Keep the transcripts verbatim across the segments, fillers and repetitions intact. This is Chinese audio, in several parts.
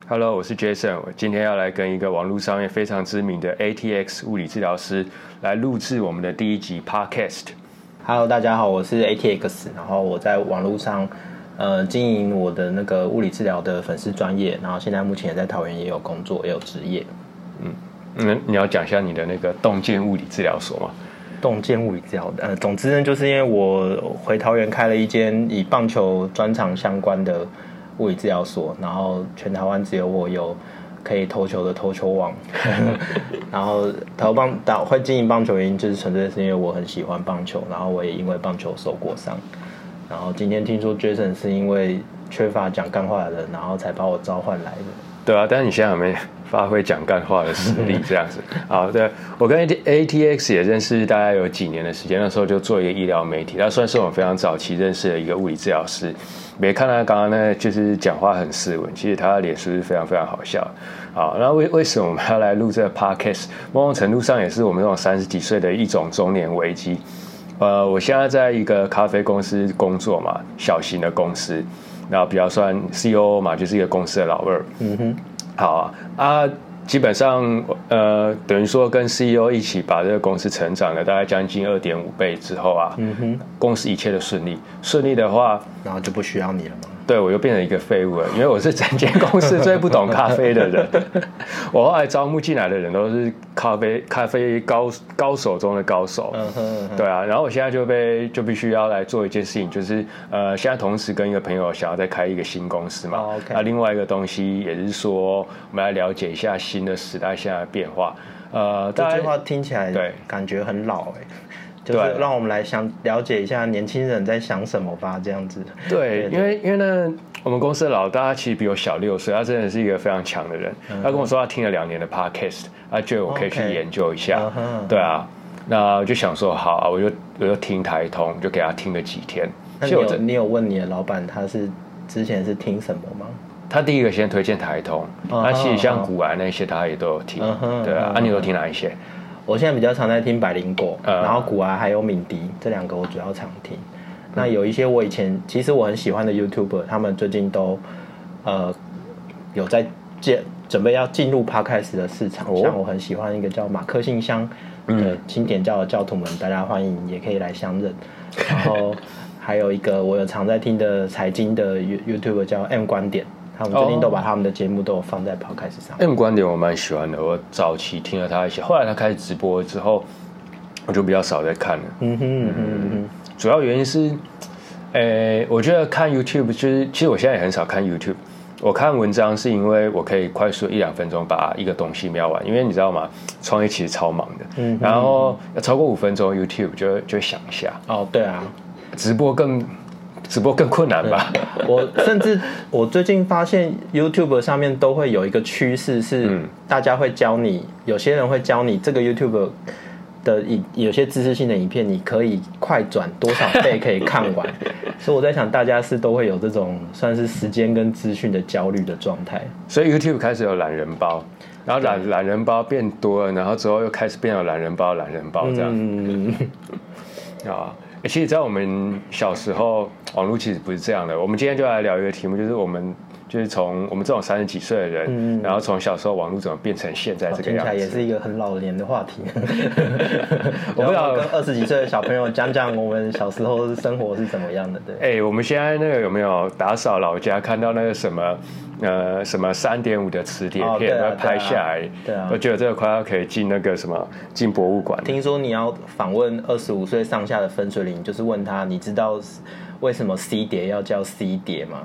Hello， 我是 Jason， 我今天要来跟一个网络上面非常知名的 A T X 物理治疗师来录制我们的第一集 Podcast。Hello， 大家好，我是 A T X， 然后我在网络上呃经营我的那个物理治疗的粉丝专业，然后现在目前也在桃园也有工作，也有职业。 嗯，那你要讲一下你的那个洞见物理治疗所吗？ 洞见物理治疗，呃，总之呢，就是因为我回桃园开了一间以棒球专长相关的物理治疗所，然后全台湾只有我有可以投球的投球网，然后投棒打会经营棒球原因就是纯粹是因为我很喜欢棒球，然后我也因为棒球受过伤，然后今天听说 Jason 是因为缺乏讲干话的人，然后才把我召唤来的。 对啊，但是你现在有没有发挥讲干话的实力这样子？好，对，我跟 A T X 也认识大概有几年的时间，那时候就做一个医疗媒体，他算是我们非常早期认识的一个物理治疗师。别看他刚刚那就是讲话很斯文，其实他的脸是非常非常好笑。好，那为为什么我们要来录这个 podcast？ 某种程度上也是我们这种三十几岁的一种中年危机。呃，我现在在一个咖啡公司工作嘛，小型的公司。然后比较算 C O O 嘛，就是一个公司的老二。嗯哼，好啊，啊，基本上呃，等于说跟 C E O 一起把这个公司成长了大概将近二点五倍之后啊，嗯哼，公司一切都顺利，顺利的话， 然后就不需要你了吗？ 对，我又变成一个废物了，因为我是整间公司最不懂咖啡的人。我后来招募进来的人都是咖啡咖啡高高手中的高手，嗯哼嗯哼对啊。然后我现在就被就必须要来做一件事情，就是呃，现在同时跟一个朋友想要再开一个新公司嘛。哦 okay. 那另外一个东西也是说，我们来了解一下新的时代现在的变化。呃， 这句话听起来对感觉很老哎、欸。就是让我们来想了解一下年轻人在想什么吧，这样子。 对，因为因为呢，我们公司的老大其实比我小六岁，他真的是一个非常强的人。嗯、他跟我说他听了两年的 podcast， 他觉得我可以去研究一下。Okay. 对啊，那我就想说好啊，我就我就听台通，就给他听了几天。 那你有你有问你的老板他是之前是听什么吗？ 他第一个先推荐台通，他、uh-huh. 其实像古玩那些他也都有听。Uh-huh. 对啊， uh-huh. 啊你有听哪一些？ 我现在比较常在听百灵果，嗯、然后古癌还有敏迪这两个我主要常听。嗯、那有一些我以前其实我很喜欢的 YouTuber， 他们最近都呃有在建准备要进入 Podcast 的市场。哦、像我很喜欢一个叫马克信箱的经典教的教徒们，大家欢迎也可以来相认。然后还有一个我有常在听的财经的 YouTuber 叫 M 观点。他们最近都把他们的节目都有放在 podcast 上。M 观点我蛮喜欢的，我早期听了他一些，后来他开始直播之后，我就比较少在看了。嗯哼嗯哼嗯哼。主要原因是，呃，我觉得看 YouTube 就是，其实我现在也很少看 YouTube。我看文章是因为我可以快速一两分钟把一个东西瞄完，因为你知道吗？创业其实超忙的。嗯。然后要超过五分钟 YouTube 就就会想一下。 哦，对啊。 直播更。直播更困难吧？ 我甚至我最近发现 YouTube 上面都会有一个趋势，是大家会教你，有些人会教你这个 YouTube 的有些知识性的影片，你可以快转多少倍可以看完。所以我在想，大家是都会有这种算是时间跟资讯的焦虑的状态。 所以 YouTube 开始有懒人包，然后懒懒人包变多了，然后之后又开始变有懒人包、懒人包这样。嗯啊。其实，在我们小时候，网络其实不是这样的。我们今天就来聊一个题目，就是我们就是从我们这种三十几岁的人，嗯、然后从小时候网络怎么变成现在这个样子。听起来也是一个很老年的话题。我不知道跟二十几岁的小朋友讲讲我们小时候生活是怎么样的。对， 哎、欸，我们现在那个有没有打扫老家看到那个什么？呃，什么三点五的磁碟片，哦啊、拍下来， 对啊， 我觉得这个快要可以进那个什么进博物馆。 听说你要访问二十五岁上下的分水岭，就是问他，你知道为什么 C 碟要叫 C 碟吗？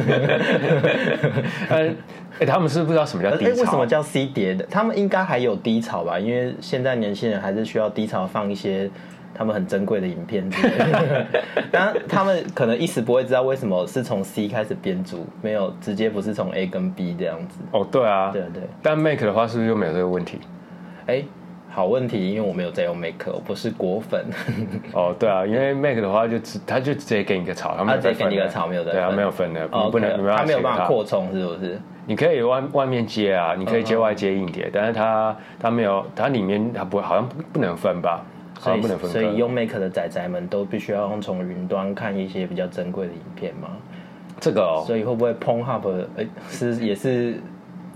嗯，哎，他们是不知道什么叫低潮。 哎，为什么叫 C 碟的？他们应该还有低潮吧？因为现在年轻人还是需要低潮放一些。他们很珍贵的影片之类的，当然他们可能一时不会知道为什么是从 C 开始编组，没有直接不是从 A 跟 B 这样子。 哦，对啊， 对对。 但 Mac 的话是不是就没有这个问题？ 哎，好问题，因为我没有在用 Mac， 我不是果粉。 哦，对啊，因为 Mac 的话就直，他就直接给你个槽，他没有再分的。他直接给你个槽，没有在分。 对啊，没有分的， 哦、 不能， okay, 他没有办法扩充，是不是？ 你可以外外面接啊，你可以接外接硬碟， uh-huh. 但是它它没有，它里面它不好像不能分吧？ 所以，所以用 Mac 的仔仔们都必须要用从云端看一些比较珍贵的影片吗？ 这个哦， 所以会不会 Pornhub 哎、欸、是也是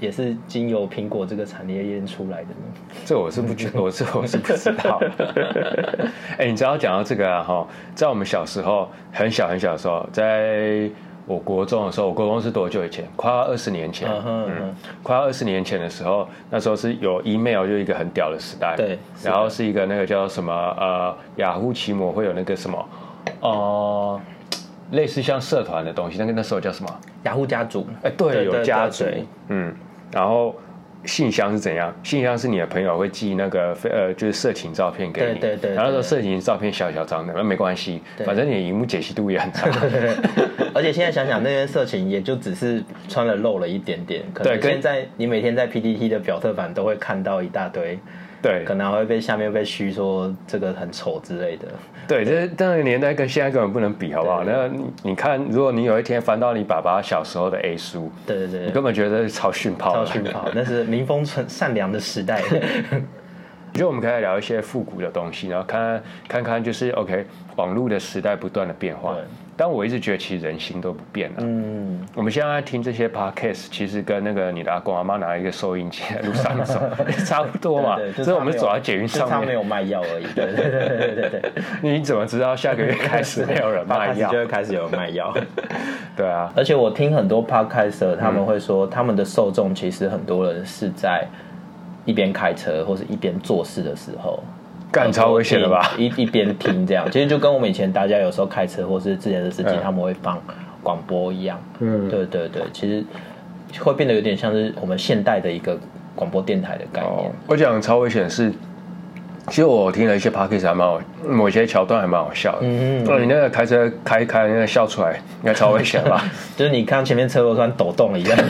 也是经由苹果这个产业链出来的呢？ 这我是不觉得，我这我是不知道。哎、欸，你知道讲到这个啊，哈，在我们小时候很小很小的时候，在我国中的时候，我国中是多久以前？快要二十年前。嗯哼嗯，快要二十年前的时候，那时候是有 email 就一个很屌的时代。 对。 然后是一个那个叫什么呃，雅虎奇摩会有那个什么呃。类似像社团的东西，那个那时候叫什么？ 雅虎家族。 哎、欸，对，有家族。嗯，然后信箱是怎样？信箱是你的朋友会寄那个呃，就是色情照片给你。 对对 对, 对。 然后说色情照片小小张的，那没关系，反正你的萤幕解析度也很差。 对对对。而且现在想想，那边色情也就只是穿了露了一点点。可能现在你每天在 P T T 的表特版都会看到一大堆。对，可能还会被下面被嘘说这个很丑之类的。 对，这那个年代跟现在根本不能比，好不好？那你你看，如果你有一天翻到你爸爸小时候的 A 书， 对对对， 你根本觉得超逊炮， 超逊炮，那是民风善良的时代。 我觉得我们可以聊一些复古的东西，然后看看看就是 OK， 网络的时代不断的变化。但我一直觉得其实人心都不变了。嗯，我们现在听这些 podcast， 其实跟那个你的阿公阿妈拿一个收音机在路上的时候差不多嘛。 对对， 所以我们走在捷运上面， 他没有卖药而已。对对对对对对。 你怎么知道下个月开始没有人卖药？ 就会开始有人卖药。 对啊， 而且我听很多 podcaster 他们会说，他们的受众其实很多人是在一边开车或是一边做事的时候。 干超危险的吧？ 一一边听这样，其实就跟我们以前大家有时候开车或是之前的司机、嗯、他们会放广播一样。嗯，对对对，其实会变得有点像是我们现代的一个广播电台的概念。哦、 我讲超危险是，其实我听了一些 podcast 还蛮好，某些桥段还蛮好笑的。嗯嗯，你那个开车开一开，那个笑出来，应该超危险吧？ 就是你看前面车头突然抖动了一样。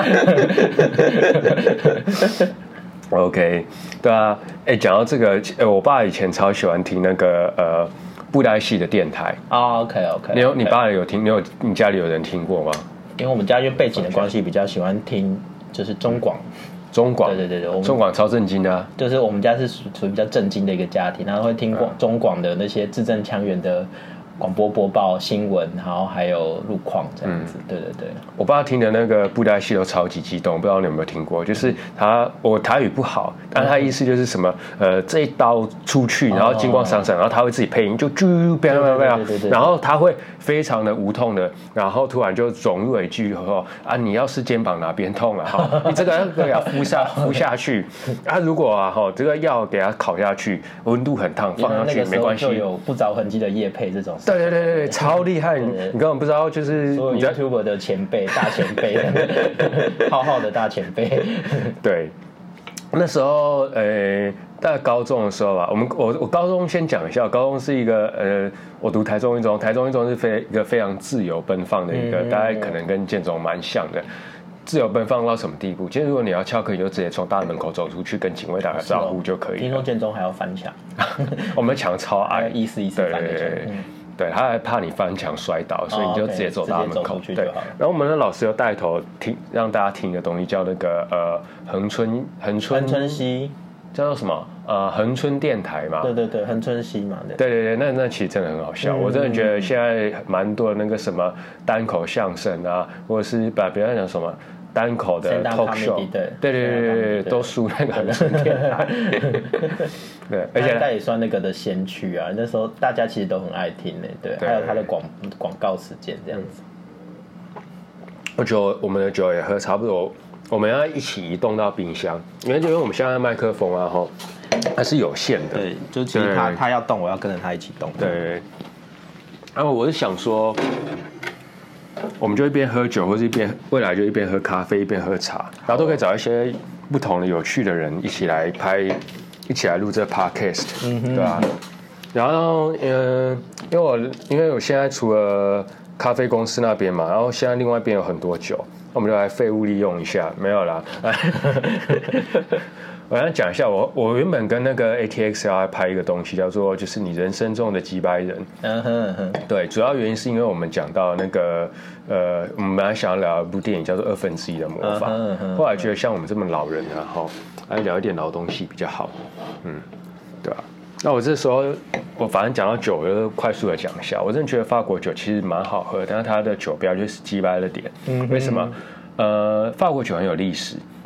OK， 对啊，哎，讲到这个，呃，我爸以前超喜欢听那个呃布袋戏的电台啊。Oh, OK OK， 你有你爸有听？你有你家里有人听过吗？ 因为我们家因为背景的关系，比较喜欢听就是中广。 中广， 对对对对， 中广超震惊的、啊， 就是我们家是属于比较震惊的一个家庭，然后会听广、嗯、中广的那些字正腔圆的广播播报新闻，然后还有路况这样子。嗯、对对对， 我爸听的那个布袋戏都超级激动，不知道你有没有听过？就是他我台语不好，但他意思就是什么呃这一刀出去，然后金光闪闪，然后他会自己配音，就啾啪啪啪啪，然后他会非常的无痛的，然后突然就融入一句说啊，你要是肩膀哪边痛了哈，你这个要给它敷下敷下去啊，如果啊哈这个药给它烤下去，温度很烫，放上去没关系， 就有不着痕迹的业配这种。 对对对对，超厉害！你你根本不知道，就是所有 YouTuber 的前辈、大前辈，浩浩的大前辈。 对，那时候呃，大概高中的时候吧，我们我我高中先讲一下，高中是一个呃，我读台中一中，台中一中是非一个非常自由奔放的一个，嗯、大概可能跟建中蛮像的。自由奔放到什么地步？其实如果你要翘课，你就直接从大门口走出去，跟警卫打个招呼就可以了。 听说建中还要翻墙， 我们墙超矮， 一四一四翻的墙。 对，他还怕你翻墙摔倒，所以你就直接走大门口。 哦 okay, 对，然后我们的老师又带头听，让大家听的东西叫那个呃恒春恒春恒春西， 叫做什么？呃，恒春电台嘛。 对对对，恒春西嘛。 对对对，那那其实真的很好笑。嗯、我真的觉得现在蛮多那个什么单口相声啊，或者是把别人讲什么。单口的 talk show， 对对对对对，都输那个恒春电台。对，而且他也算那个的先驱啊。那时候大家其实都很爱听呢，对，还有他的广广告时间这样子。 我酒我们的酒也喝差不多，我们要一起移动到冰箱，因为就因为我们现在麦克风啊，吼，它是有线的。 对，就其实他他要动，我要跟着他一起动。 对。然后我是想说。我们就一边喝酒，或是一边未来就一边喝咖啡，一边喝茶，然后都可以找一些不同的有趣的人一起来拍，一起来录这 podcast，、嗯、对吧、啊？然后嗯，因为我因为我现在除了咖啡公司那边嘛，然后现在另外一边有很多酒，我们就来废物利用一下，没有啦。我想讲一下，我我原本跟那个 A T X L 拍一个东西，叫做就是你人生中的几百人。嗯哼嗯哼。对，主要原因是因为我们讲到那个呃，我们本来想要聊一部电影叫做《二分之一的魔法》，嗯哼后来觉得像我们这么老人啊，哈，来聊一点老东西比较好。嗯，对吧、啊？那我这时候我反正讲到酒，我就快速的讲一下。我真的觉得法国酒其实蛮好喝，但是它的酒标就是几百的点。嗯，为什么？呃，法国酒很有历史。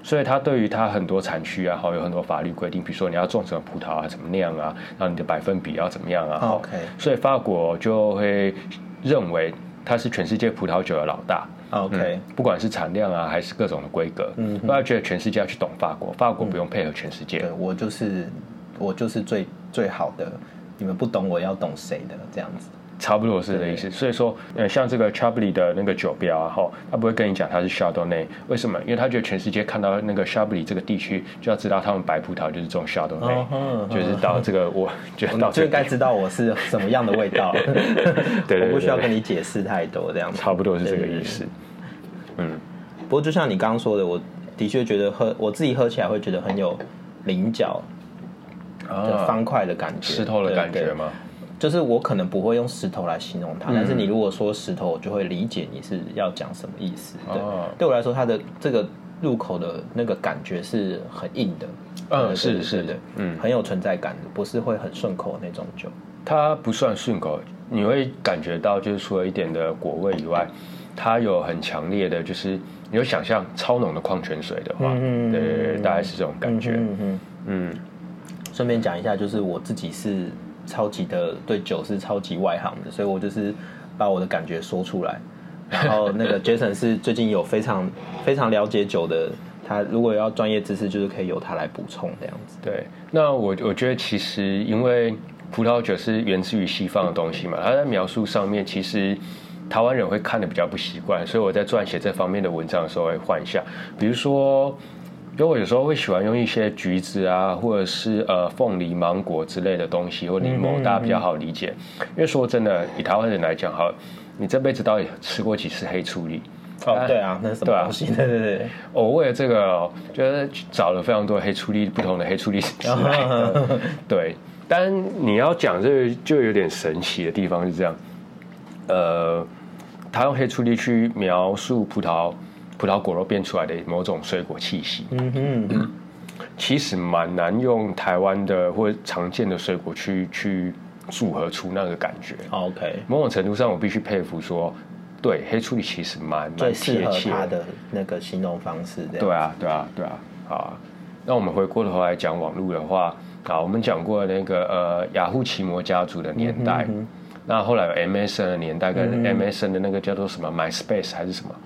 所以它对于它很多产区啊，好有很多法律规定，比如说你要种什么葡萄啊，怎么酿啊，然后你的百分比要怎么样啊。 哦 OK。 所以法国就会认为它是全世界葡萄酒的老大。 OK，、 嗯、不管是产量啊，还是各种的规格，嗯，大家觉得全世界要去懂法国，法国不用配合全世界。 对，我就是我就是最最好的，你们不懂我要懂谁的这样子。 差不多是这个意思，所以说，呃，像这个 Chablis 的那个酒标啊，哈，他不会跟你讲它是 Chardonnay， 为什么？因为他觉得全世界看到那个 Chablis 这个地区，就要知道他们白葡萄就是种 Chardonnay，、哦、就是到这个我觉得到这个就该知道我是什么样的味道， 对, 对, 对, 对， 我不需要跟你解释太多这样子， 差不多是这个意思。嗯， 不过就像你刚刚说的，我的确觉得喝我自己喝起来会觉得很有菱角的方块的感觉， 石头的感觉吗？ 就是我可能不会用石头来形容它，嗯、但是你如果说石头，我就会理解你是要讲什么意思。对，哦、对我来说，它的这个入口的那个感觉是很硬的， 嗯，是是的， 嗯，很有存在感的，不是会很顺口的那种酒。 它不算顺口，你会感觉到就是除了一点的果味以外，它有很强烈的，就是你有想象超浓的矿泉水的话，嗯、对对对，大概是这种感觉。嗯嗯嗯。顺便讲一下，就是我自己是。超级的对酒是超级外行的，所以我就是把我的感觉说出来。然后那个 Jason 是最近有非常非常了解酒的，他如果要专业知识，就是可以由他来补充这样子。 对，那我我觉得其实因为葡萄酒是源自于西方的东西嘛，他在描述上面其实台湾人会看得比较不习惯，所以我在撰写这方面的文章的时候会换一下，比如说。因为我有时候会喜欢用一些橘子啊，或者是呃凤梨、芒果之类的东西，或柠檬，大家比较好理解。因为说真的，以台湾人来讲，好，你这辈子到底吃过几次黑醋栗？ 哦，对啊，那是什么东西？对对对。 我为了这个，就是找了非常多黑醋栗，不同的黑醋栗之来的。对，但你要讲这个，就有點神奇的地方是这样。呃，他用黑醋栗去描述葡萄。葡萄果肉变出来的某种水果气息，嗯哼嗯，其实蛮难用台湾的或者常见的水果去去组合出那个感觉。 OK， 某种程度上我必须佩服说，对黑醋栗其实蛮蛮贴切的， 最适合它的那个形容方式。 对啊，对啊，对啊。好，那我们回过头来讲网络的话，啊，我们讲过那个呃雅虎奇摩家族的年代，嗯、那后来有 M S N 的年代跟 M S N 的那个叫做什么 MySpace 还是什么？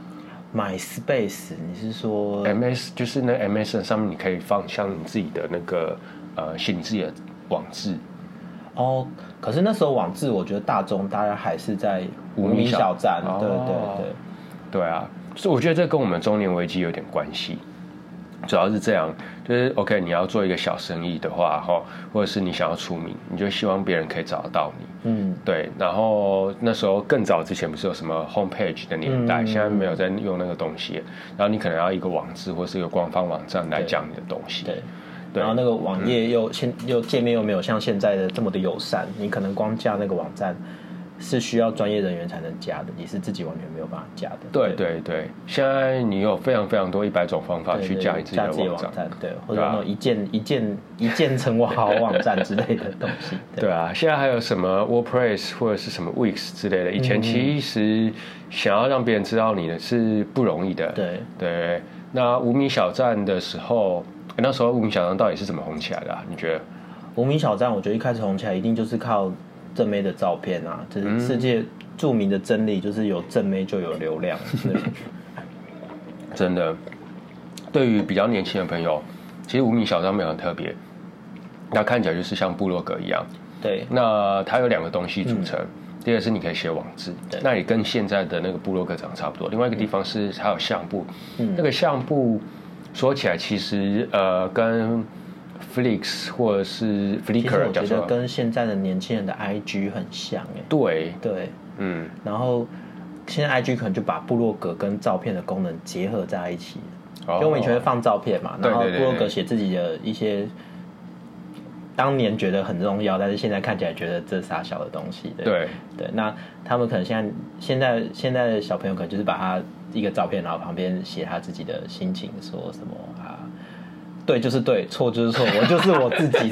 MySpace， 你是说 M S 就是那 M S N 上面你可以放像你自己的那个呃写你自己的网志哦。可是那时候网志，我觉得大众大家还是在无名小站，哦、对对对对啊。所以我觉得这跟我们中年危机有点关系。主要是这样，就是 OK， 你要做一个小生意的话，哈，或者是你想要出名，你就希望别人可以找得到你，嗯，对。然后那时候更早之前不是有什么 homepage 的年代，嗯、现在没有在用那个东西。然后你可能要一个网志或是一个官方网站来讲你的东西， 对。对，然后那个网页又现、嗯、又界面又没有像现在的这么的友善，你可能光架那个网站。是需要专业人员才能加的，你是自己完全没有办法加的。 对对对，现在你有非常非常多一百种方法去加你自己的网站， 对对网站对，或者那种一键一键一键成网好网站之类的东西。 对, 对啊，现在还有什么 WordPress 或者是什么 Wix 之类的，以前其实想要让别人知道你的是不容易的。 对对，那无名小站的时候，那时候无名小站到底是怎么红起来的啊？你觉得？ 无名小站，我觉得一开始红起来一定就是靠。正妹的照片啊，这是世界著名的真理，就是有正妹就有流量。 真的，对于比较年轻的朋友，其实无名小站没有很特别，它看起来就是像部落格一样。 对， 那它有两个东西组成，嗯、第一个是你可以写网志，那也跟现在的那个部落格长差不多。另外一个地方是它有相簿，嗯、那个相簿说起来其实呃跟。Flix 或者是 Flickr， 我觉得跟现在的年轻人的 I G 很像哎。 对对，嗯，然后现在 I G 可能就把部落格跟照片的功能结合在一起，哦、因为我们以前会放照片嘛，然后部落格写自己的一些当年觉得很重要，但是现在看起来觉得这傻小的东西。对对, 对，那他们可能现在现在现在的小朋友可能就是把他一个照片，然后旁边写他自己的心情，说什么啊。 对就是对，错就是错，我就是我自己。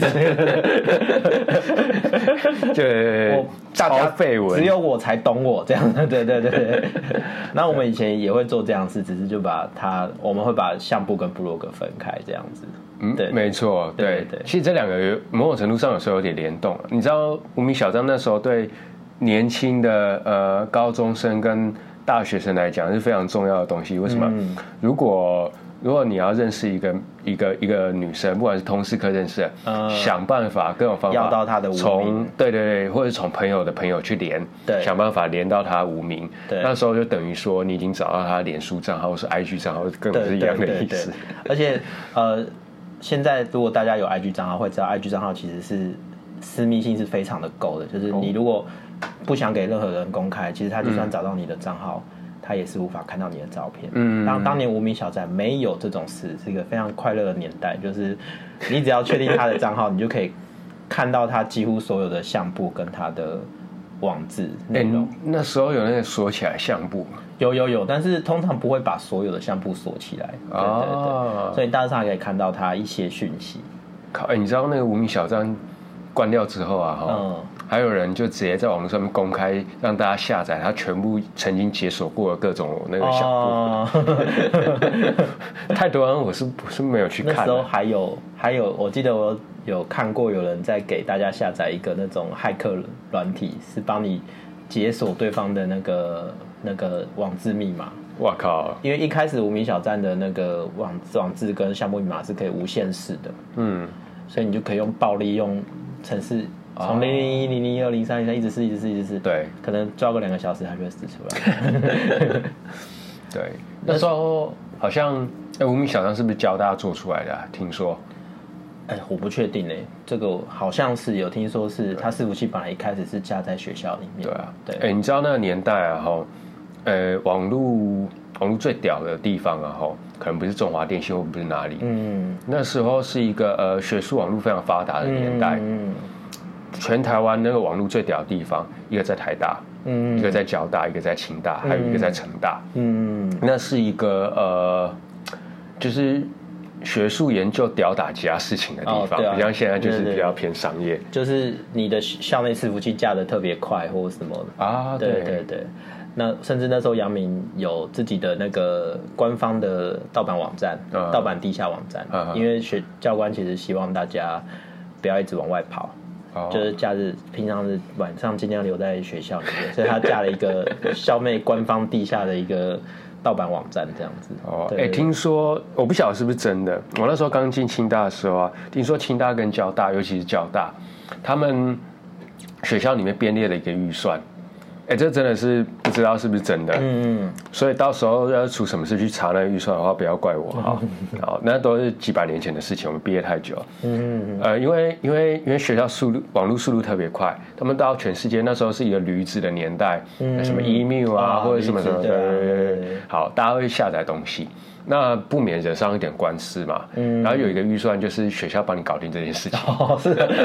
对， 我大家只有我才懂我这样。对对对对。那我们以前也会做这样的事，只是就把它，我们会把相簿跟部落格分开这样子。 嗯，对，没错，对 对, 对。其实这两个某种程度上有时候有点联动。你知道无名小站那时候对年轻的呃高中生跟大学生来讲是非常重要的东西。为什么？嗯、如果如果你要认识一个一个一个女生，不管是通识课认识的，呃、想办法各种方法要到她的无名， 从对对对，或者从朋友的朋友去连，对，想办法连到她无名。对，那时候就等于说你已经找到她的脸书账号或是 I G 账号，根本是一样的意思。 而且呃。现在如果大家有 I G 账号，会知道 I G 账号其实是私密性是非常的够的，就是你如果不想给任何人公开，其实他就算找到你的账号，嗯、他也是无法看到你的照片。嗯，当当年无名小站没有这种事，是一个非常快乐的年代，就是你只要确定他的账号，你就可以看到他几乎所有的相簿跟他的网志内容。 欸、那时候有那个锁起来相簿吗？ 有有有，但是通常不会把所有的相簿锁起来。对对对，哦、所以大致上可以看到他一些讯息。 靠，哎、欸，你知道那个无名小站关掉之后啊，嗯，还有人就直接在网络上面公开让大家下载他全部曾经解锁过的各种那个相簿。哦、太多人我是我是没有去看。 那时候还有还有，我记得我有看过有人在给大家下载一个那种骇客软体，是帮你解锁对方的那个。那个网志密码， 哇靠！ 因为一开始无名小站的那个网网志跟相簿密码是可以无限式的，嗯，所以你就可以用暴力用程式从零零一零零一二零三零三一直试一直试一直试，对，可能抓个两个小时它就会试出来。 对，那时候好像哎，无名小站是不是教大家做出来的、啊？听说。 哎，我不确定哎，这个好像是有听说是它伺服器本来一开始是架在学校里面。 对啊，对，哎，你知道那个年代啊，哈。呃，网络网络最屌的地方啊，吼，可能不是中华电信或不是哪里，嗯，那时候是一个呃学术网络非常发达的年代，嗯，全台湾那个网络最屌的地方，一个在台大，嗯，一个在交大，一个在清大，还有一个在成大，嗯，那是一个呃，就是学术研究屌打其他事情的地方，哦啊、不像现在就是比较偏商业， 就是你的校内伺服器架得特别快或什么的啊，对对对。那甚至那时候阳明有自己的那个官方的盗版网站，嗯、盗版地下网站，嗯、因为学教官其实希望大家不要一直往外跑，哦、就是假日平常是晚上尽量留在学校里面，所以他架了一个校内官方地下的一个盗版网站这样子。 哦，哎、欸，听说我不晓得是不是真的，我那时候刚进清大的时候啊，听说清大跟交大，尤其是交大，他们学校里面编列了一个预算。哎、欸，这真的是不知道是不是真的，嗯嗯，所以到时候要出什么事去查那个预算的话，不要怪我哈。好，那都是几百年前的事情，我们毕业太久了，嗯嗯呃，因为因为因为学校速度网络速度特别快，他们到全世界那时候是一个驴子的年代，嗯、什么 email 啊、哦、或者什么什么，对对对对，好，大家会下载东西。那不免惹上一点官司嘛，嗯，然后有一个预算就是学校帮你搞定这件事情。哦，是的，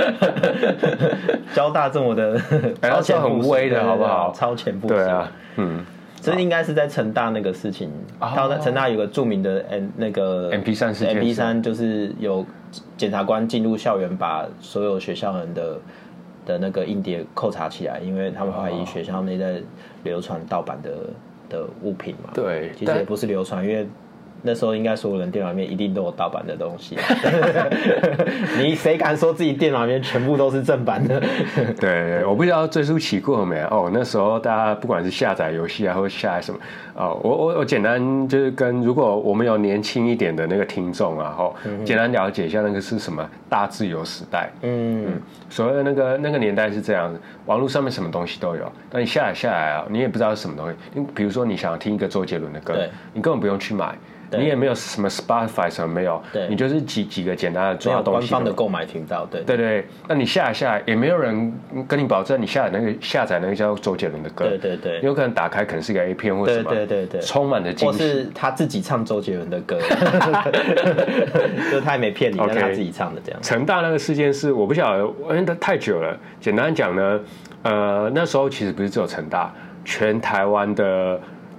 交大这么的超前部署， 很威的好不好？ 超前部署， 对啊，嗯， 这应该是在成大那个事情。他在成大有个著名的 N 那个 M P 三事件 ，M P 三就是有检察官进入校园，把所有学校人的的那个硬碟扣查起来，因为他们怀疑学校内在流传盗版的。的物品嘛， 对， 其实也不是流传，因为那时候应该所有人电脑里面一定都有盗版的东西，你谁敢说自己电脑里面全部都是正版的？ 对，我不知道追溯起过没有哦。那时候大家不管是下载游戏啊，或者下载什么哦，我我我简单就是跟如果我们有年轻一点的那个听众啊，哦，嗯、简单了解一下那个是什么大自由时代。嗯，嗯所谓的那个那个年代是这样子，网络上面什么东西都有，但你下载下来啊，你也不知道是什么东西。你比如说你想要听一个周杰伦的歌，你根本不用去买。你也没有什么 Spotify 什么没有，你就是几几个简单的抓东西， 官方的购买频道，对对对。那你下来下来也没有人跟你保证，你下载那个下载那个叫周杰伦的歌， 对对对， 有可能打开可能是一个 A 片或什么， 对对对对， 充满了惊喜， 或是他自己唱周杰伦的歌，就他也没骗你，但他自己唱的这样。 成大那个事件是我不晓得，因为太久了。简单讲呢，呃，那时候其实不是只有成大，全台湾的。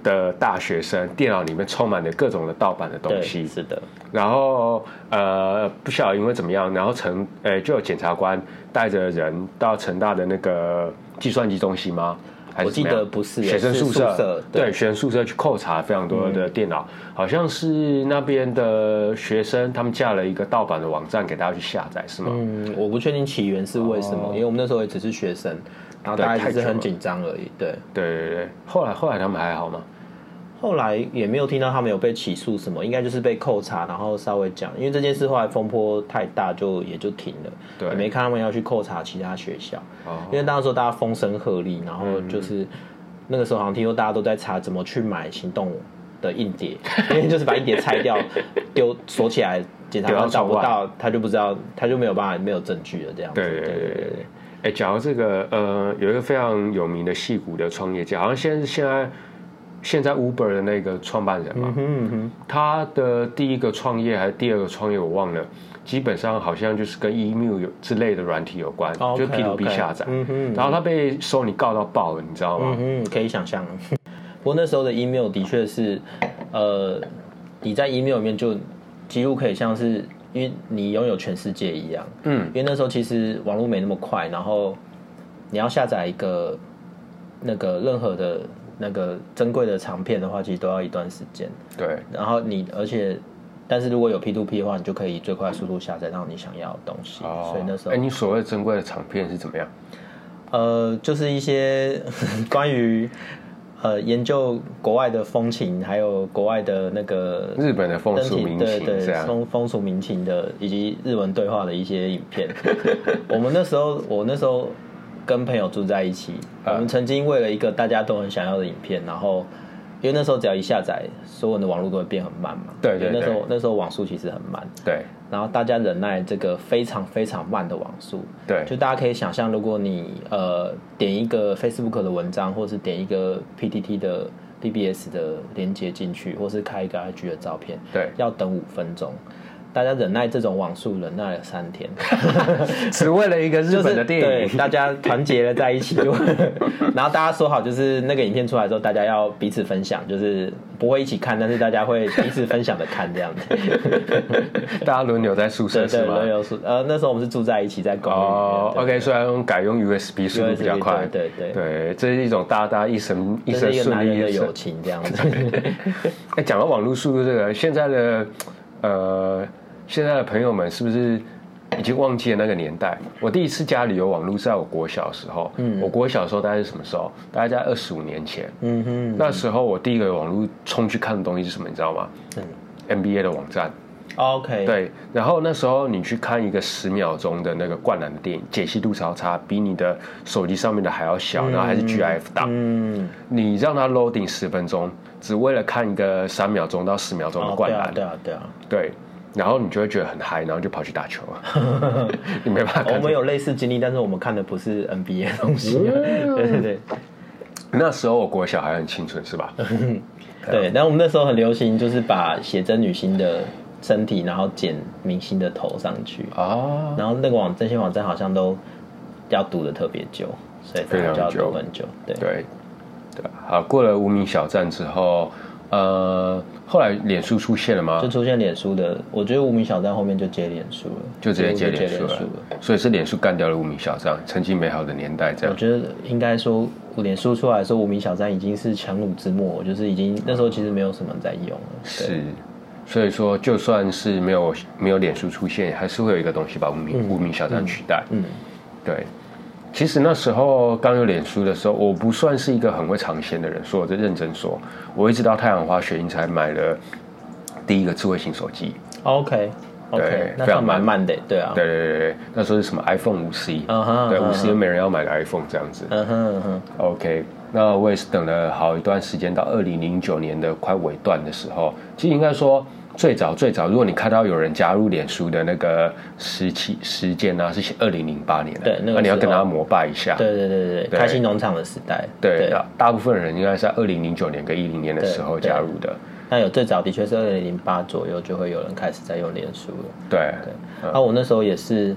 的大学生电脑里面充满了各种的盗版的东西， 是的。 然后呃，不晓得因为怎么样，然后成呃就有检察官带着人到成大的那个计算机中心吗？ 我记得不是学生宿舍， 宿舍对，学生宿舍去扣查非常多的电脑，嗯、好像是那边的学生他们架了一个盗版的网站给大家去下载，是吗？ 嗯，我不确定起源是为什么，哦、因为我们那时候也只是学生，然后大家只是很紧张而已。对， 对对对，后来后来他们还好吗？ 后来也没有听到他们有被起诉什么，应该就是被扣查，然后稍微讲，因为这件事后来风波太大，就也就停了，对，也没看他们要去扣查其他学校，哦、因为那时候大家风声鹤唳，然后就是、嗯、那个时候好像听说大家都在查怎么去买行动的硬碟，因为就是把硬碟拆掉丢锁起来，检察官找不到，他就不知道，他就没有办法没有证据了这样子。 对对对对对。哎，讲到这个，呃，有一个非常有名的矽谷的创业家，好像现在现在。现在 Uber 的那个创办人嘛，嗯哼嗯哼他的第一个创业还是第二个创业我忘了，基本上好像就是跟 email 有之类的软体有关， okay, 就是 P to P 下载， okay, 嗯、然后他被Sony告到爆了，你知道吗？ 嗯可以想象。不过那时候的 email 的确是，呃，你在 email 里面就几乎可以像是，因为你拥有全世界一样，嗯，因为那时候其实网络没那么快，然后你要下载一个那个任何的。那个珍贵的长片的话，其实都要一段时间。 对， 然后你而且，但是如果有 P to P 的话，你就可以最快速度下载到你想要的东西。哦、所以那时候， 哎，你所谓珍贵的长片是怎么样？ 呃，就是一些关于呃研究国外的风情，还有国外的那个日本的风俗民情， 对对，风风俗民情的，以及日文对话的一些影片。我们那时候，我那时候。跟朋友住在一起，我们曾经为了一个大家都很想要的影片，然后因为那时候只要一下载，所有的网络都会变很慢嘛。 对对对。 那时候那时候网速其实很慢。 对。 然后大家忍耐这个非常非常慢的網速。 对。 就大家可以想象，如果你呃点一个 Facebook 的文章，或是点一个 P T T 的 B B S 的连接进去，或是开一个 I G 的照片， 对， 要等五分钟。大家忍耐这种网速，忍耐了三天， 只为了一个日本的电影。 就是、对，大家团结了在一起就，然后大家说好，就是那个影片出来之后，大家要彼此分享，就是不会一起看，但是大家会彼此分享的看这样子。 大家轮流在宿舍是吗？ 对对，轮流宿。呃，那时候我们是住在一起，在公寓。哦 ，OK， 虽然改用 U S B 速度比较快， 对对对, 对，这是一种大家一生一生顺利的友情这样子。 哎，讲到网络速度这个，现在的呃。现在的朋友们是不是已经忘记了那个年代？我第一次家里有网络是在我国小的时候。嗯，我国小的时候大概是什么时候？大概在二十五年前。嗯哼，那时候我第一个网络冲去看的东西是什么？你知道吗？嗯 ，N B A 的网站。 OK。 对，然后那时候你去看一个十秒钟的那个灌篮的电影，解析度超差，比你的手机上面的还要小，嗯、然后还是 G I F 档。嗯，你让它 loading 十分钟，只为了看一个三秒钟到十秒钟的灌篮。 哦、对啊，对啊， 对。对然后你就会觉得很嗨，然后就跑去打球了。你没办法看。 我们有类似经历，但是我们看的不是 N B A 的东西。对对对。 那时候我国小还很清纯，是吧？ 对，然后我们那时候很流行，就是把写真女星的身体，然后剪明星的头上去。哦。然后那个网这些网站好像都要读的特别久，所以非常就要读很久。对对对。好，过了无名小站之后。呃，后来脸书出现了吗？ 就出现脸书的，我觉得无名小站后面就接脸书了， 就直接接脸书 了, 了。所以是脸书干掉了无名小站，曾经美好的年代这样。 我觉得应该说，脸书出来的时候，无名小站已经是强弩之末，就是已经那时候其实没有什么人在用了。 是，所以说就算是没有没有脸书出现，还是会有一个东西把无名、嗯、无名小站取代。嗯，对。其实那时候刚有脸书的时候，我不算是一个很会尝鲜的人，所以我在认真说，我一直到太阳花学运才买了第一个智慧型手机。 OK， 对，那算蛮慢的，对啊， 对对对对，那时候是什么 iPhone 五 C， uh-huh, 对， 五 C 又没人要买个 iPhone 这样子。嗯哼嗯哼 ，OK， 那我也是等了好一段时间，到二零零九年的快尾段的时候，其实应该说。最早最早，如果你看到有人加入脸书的那个时期时间呢，是二零零八年的， 对，那个你要跟他膜拜一下。 对对对 对, 对，开心农场的时代。 对，对大部分人应该是在二零零九年跟一零年的时候加入的。 那有最早的确是二零零八左右，就会有人开始在用脸书了。 对对，那、嗯啊、我那时候也是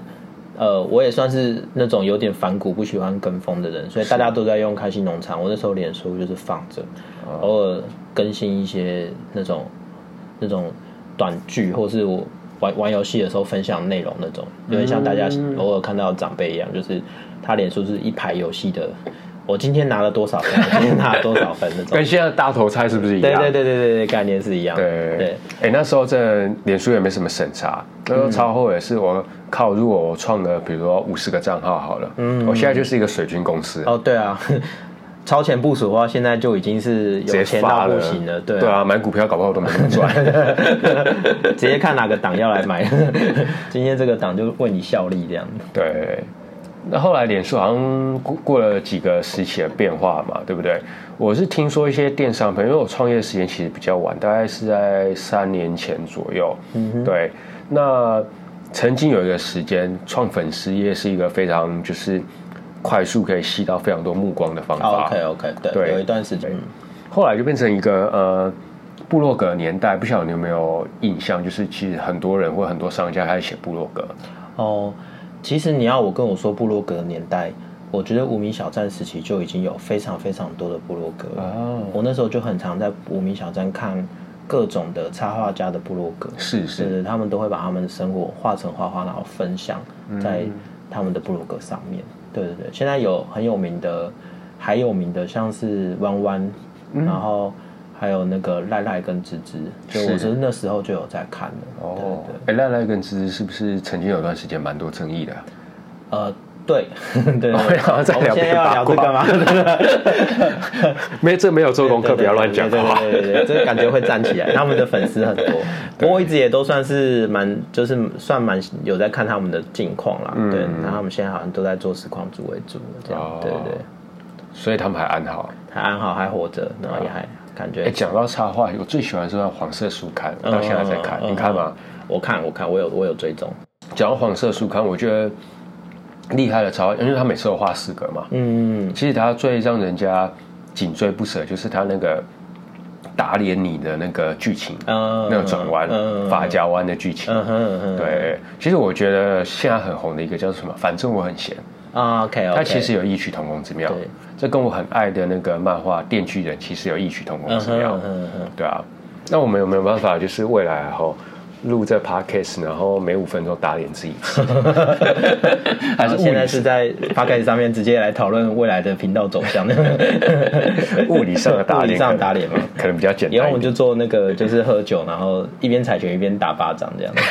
呃，我也算是那种有点反骨、不喜欢跟风的人，所以大家都在用开心农场，我那时候脸书就是放着，偶尔更新一些那种那种短剧，或是我玩玩游戏的时候分享内容那种，有点像大家偶尔看到长辈一样，就是他脸书是一排游戏的。我今天拿了多少分？我今天拿了多少分？那种跟现在大头菜是不是一样？ 对对对对对，概念是一样的。 对对，哎、欸，那时候这脸书也没什么审查，那时候超后也是我靠，如果我创了比如说五十个账号好了，嗯，我现在就是一个水军公司。 哦，对啊。超前部署的话，现在就已经是有钱到不行了，对、啊、 对啊，买股票搞不好都没那么赚， 直接看哪个档要来买，今天这个档就为你效力这样。 对。那后来脸书好像过了几个时期的变化嘛，对不对？我是听说一些电商朋友，因为我创业的时间其实比较晚，大概是在三年前左右。嗯，对。那曾经有一个时间，创粉丝页是一个非常就是快速可以吸到非常多目光的方法。 Oh, OK OK， 对，对有一段时间。 后来就变成一个呃部落格年代，不晓得你有没有印象？就是其实很多人或很多商家开始写部落格。 哦。其实你要我跟我说部落格的年代，我觉得无名小站时期就已经有非常非常多的部落格了。哦，我那时候就很常在无名小站看各种的插画家的部落格， 是是， 是他们都会把他们的生活画成画画，然后分享在他们的部落格上面。嗯、对对对，现在有很有名的，还有名的像是弯弯，嗯、然后。还有那个赖赖跟芝芝，就我是那时候就有在看的。哦， 对对，赖赖跟芝芝是不是曾经有段时间蛮多争议的、啊？ 呃，对，对。 我们要再聊点八卦吗？ 没，这没有做功课，不要乱讲话。 对对对，这感觉会站起来。他们的粉丝很多，不过我一直也都算是蛮，就是算蛮有在看他们的近况啦。嗯、对，然后他们现在好像都在做实况主为主，这样。哦、对对对。 所以他们还安好， 还安好，还活着，然后也还。感觉哎，讲到插画，我最喜欢是那黄色书刊，我到现在在看，嗯、你看吗？ 我看，我看，我有我有追踪。 讲到黄色书刊，我觉得厉害的插画，因为他每次都画四个嘛，嗯，其实他最让人家紧追不舍，就是他那个打脸你的那个剧情，嗯、那个转弯、嗯、发夹弯的剧情，嗯嗯嗯、对，其实我觉得现在很红的一个叫什么？反正我很闲。 啊 ，OK， 它其实有异曲同工之妙。这跟我很爱的那个漫画《电锯人》其实有异曲同工之妙。嗯嗯嗯、对啊，那我们有没有办法，就是未来后录这 podcast， 然后每五分钟打脸自己？ 还是现在是在 podcast 上面直接来讨论未来的频道走向？ 物理上的打脸， 物理上的打脸嘛， 可能比较简单。 以后我们就做那个，就是喝酒，然后一边踩拳一边打巴掌这样。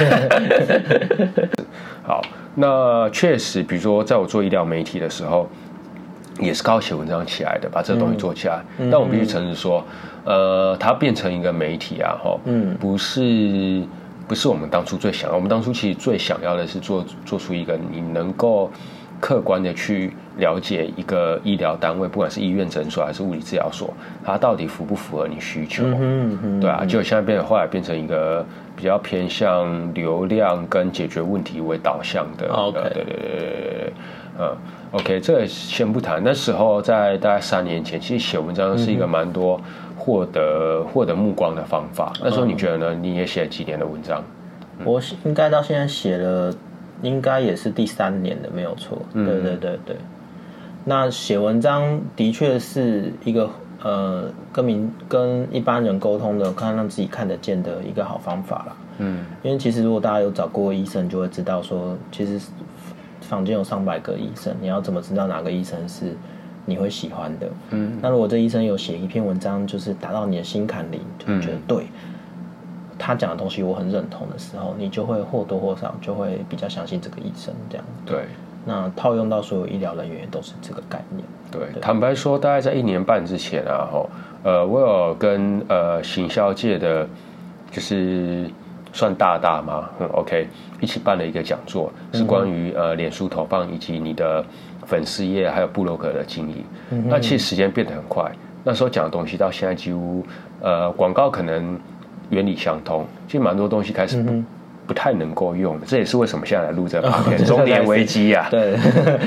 好。那确实，比如说，在我做医疗媒体的时候，也是靠写文章起来的，把这个东西做起来。嗯、但我必须承认说，呃，它变成一个媒体啊，哈，嗯，不是不是我们当初最想要。我们当初其实最想要的是做做出一个你能够客观的去了解一个医疗单位，不管是医院、诊所还是物理治疗所，它到底符不符合你需求？嗯嗯、对啊，结果现在变后来变成一个比较偏向流量跟解决问题为导向的。 OK， 对对对对对，嗯 ，OK， 这个先不谈。那时候在大概三年前，其实写文章是一个蛮多获得获得目光的方法。那时候你觉得呢？你也写了几年的文章？ 嗯、我应该到现在写了。应该也是第三年的，没有错。嗯、对对对对。那写文章的确是一个呃，跟民跟一般人沟通的，看让自己看得见的一个好方法啦。嗯。因为其实如果大家有找过医生，就会知道说，其实坊间有上百个医生，你要怎么知道哪个医生是你会喜欢的？嗯。那如果这医生有写一篇文章，就是打到你的心坎里，就觉得对。嗯他讲的东西我很认同的时候，你就会或多或少就会比较相信这个医生这样。 对， 那套用到所有医疗人员都是这个概念。 对，对坦白说，大概在一年半之前啊，呃，我有跟呃行销界的，就是算大大嘛，嗯 ，OK， 一起办了一个讲座，是关于呃脸书投放以及你的粉丝页还有部落格的经营。嗯、那其实时间变得很快，那时候讲的东西到现在几乎呃广告可能。原理相通，其实蛮多东西开始不、嗯、不太能够用的，这也是为什么现在来录这 podcast 中年危机啊。 对，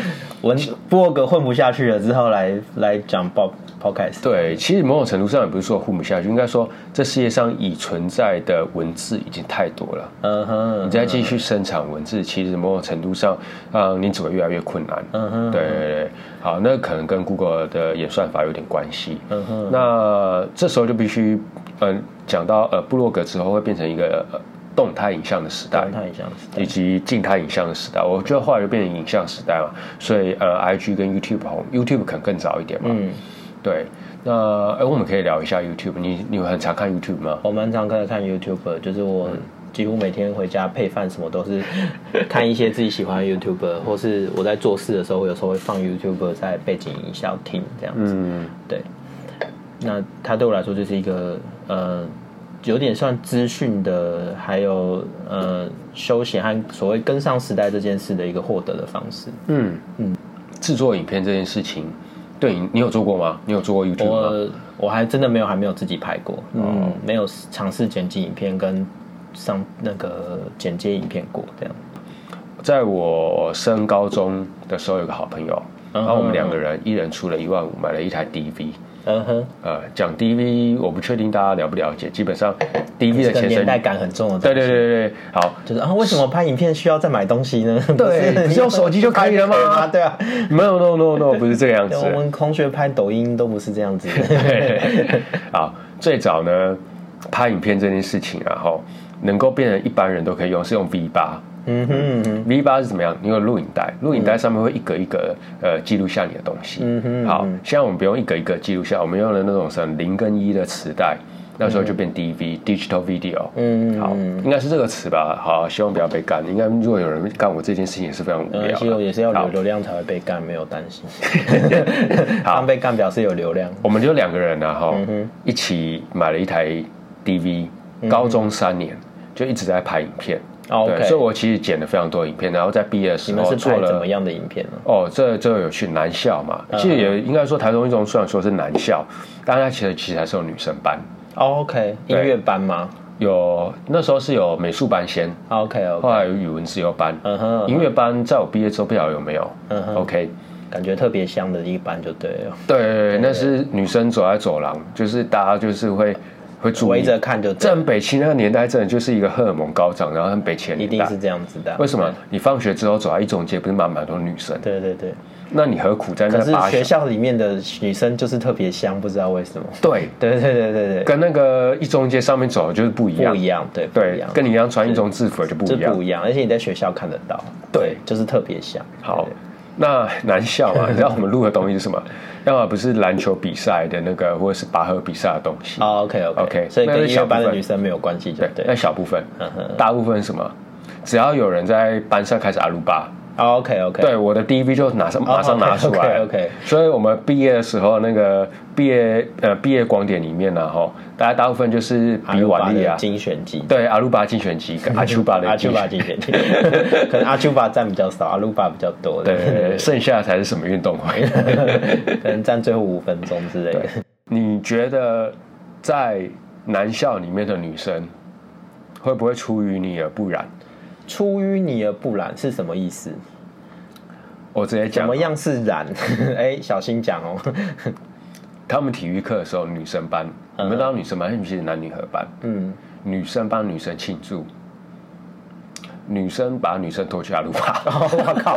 文部落格混不下去了之后来来讲 podcast。 对，其实某种程度上也不是说混不下去，应该说这世界上已存在的文字已经太多了。嗯哼，你再继续生产文字，其实某种程度上，啊、呃，你只会越来越困难。嗯哼，对对对。好，那可能跟 Google 的演算法有点关系。嗯哼，那这时候就必须，嗯、呃，讲到呃，部落格之后会变成一个。呃动态影像的时代， 动态影像时代以及静态影像的时代，我觉得后来就变成影像时代嘛，所以呃 ，I G 跟 YouTube 红 ，YouTube 可能更早一点嘛。嗯，对。那哎，我们可以聊一下 YouTube， 你你很常看 YouTube 吗？ 我蛮常看看 YouTube， 就是我几乎每天回家配饭什么都是看一些自己喜欢的 YouTuber， 或是我在做事的时候，我有时候会放 YouTuber 在背景音效听这样子。嗯，对。那它对我来说就是一个呃。有点算资讯的，还有呃休闲和所谓跟上时代这件事的一个获得的方式。嗯嗯，制作影片这件事情，对你你有做过吗？你有做过 YouTube 吗？ 我我还真的没有，还没有自己拍过。嗯，哦、没有尝试剪辑影片跟上那个剪接影片过这样。 在我升高中的时候，有个好朋友，嗯、然后我们两个人一人出了一万五，买了一台 D V。嗯哼，呃，讲 D V 我不确定大家了不了解，基本上 D V 的前身年代感很重的。 对对对对对，好， 就是啊，为什么拍影片需要再买东西呢？ 对，不是用手机就可以了吗？ 对啊， 没有 no no no， 不是这个样子。 我们同学拍抖音都不是这样子。 好，最早呢，拍影片这件事情啊，哈，能够变成一般人都可以用，是用 V 八。嗯哼嗯哼 ，V 八是怎么样？你有录影带，录影带上面会一格一格呃记录下你的东西。嗯哼，好，现在我们不用一格一格记录下，我们用了那种什么零跟一的磁带，那时候就变 D V、Digital Video。嗯，好，应该是这个词吧？好，希望不要被干。应该如果有人干我这件事情，也是非常无聊。 其实也是要有流量才会被干，没有担心。好，被干表示有流量。 我们就两个人啊，哈，一起买了一台 D V， 高中三年就一直在拍影片。 Oh, okay. 对，所以我其实剪了非常多影片，然后在毕业的时候做了。 你们是拍怎么样的影片呢？ 哦，这这有去男校嘛？其实也应该说台中一中虽然说是男校，但它其实其实还是有女生班。 Oh, OK， 音乐班吗？ 有，那时候是有美术班先 ，OK OK， 后来有语文自由班，嗯哼，音乐班在我毕业之后不晓得有没有，嗯哼 ，OK， 感觉特别香的一班就对了。 对，那是女生走在走廊，就是大家就是会。会围着看就对。 这很北齐那个年代，真的就是一个荷尔蒙高涨，然后很北齐的年代， 一定是这样子的。 为什么？你放学之后走到一中街，不是满满都是女生？ 对对对。 那你何苦在那？ 可是学校里面的女生就是特别香，不知道为什么。 对对对对对对， 跟那个一中街上面走的就是不一样， 不一样，对对，跟你一样穿一中制服就不一样， 不一样，而且你在学校看得到， 对， 就是特别香。 好。那男校嘛，你知道我们录的东西是什么？要么不是篮球比赛的那个，或者是拔河比赛的东西。 哦 ，OK OK OK， 所以跟音乐班的女生没有关系，对对。 那小部分，大部分是什么？只要有人在班上开始阿鲁巴。 Oh, OK OK， 对，我的 D V 就马上马上拿出来。 OK OK， 所以我们毕业的时候，那个毕业呃毕业光点里面呢，哈，大家大部分就是比腕力啊， 精选集， 对，阿鲁巴精选集跟阿丘巴的阿丘巴精选集，可能阿丘巴占比较少，阿鲁巴比较多。 对对对，剩下才是什么运动会， 可能占最后五分钟之类的。 你觉得在男校里面的女生会不会出淤泥而不染？ 出淤泥而不染是什么意思？ 我直接讲， 怎么样是染？哎，小心讲哦。 他们体育课的时候，女生班，你们知道女生班，他们其实男女合班。嗯，女生帮女生庆祝，女生把女生拖去阿鲁巴。 哦，我靠！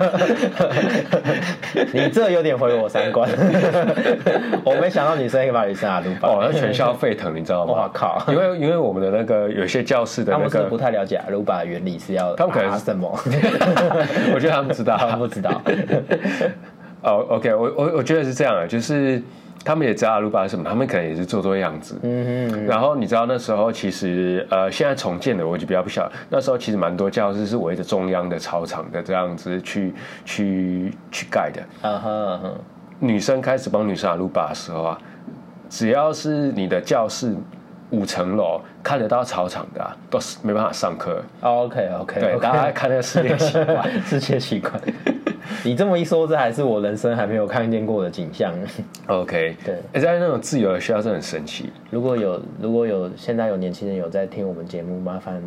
你这有点毁我三观。我没想到女生可以把女生阿鲁巴。 哦，那全校沸腾，你知道吗？ 我靠！ 因为因为我们的那个有些教室的那个， 他们是不太了解阿鲁巴的原理是要他们可能是什么？ 我觉得他们知道， 他们不知道。 哦 ，OK， 我我我觉得是这样的，就是他们也知道阿鲁巴是什么，他们可能也是做做样子。嗯哼。然后你知道那时候其实呃，现在重建的我就比较不晓得，那时候其实蛮多教室是围着中央的操场的这样子去去去盖的。嗯哼哼。女生开始帮女生阿鲁巴的时候啊，只要是你的教室五层楼看得到操场的、啊，都是没办法上课。 Oh, OK OK， 对， okay. 大家看那个世界奇观， 世界奇观。你这么一说，这还是我人生还没有看见过的景象。 OK， 对， 欸、在那种自由的学校是很神奇。 如果有如果有现在有年轻人有在听我们节目，麻烦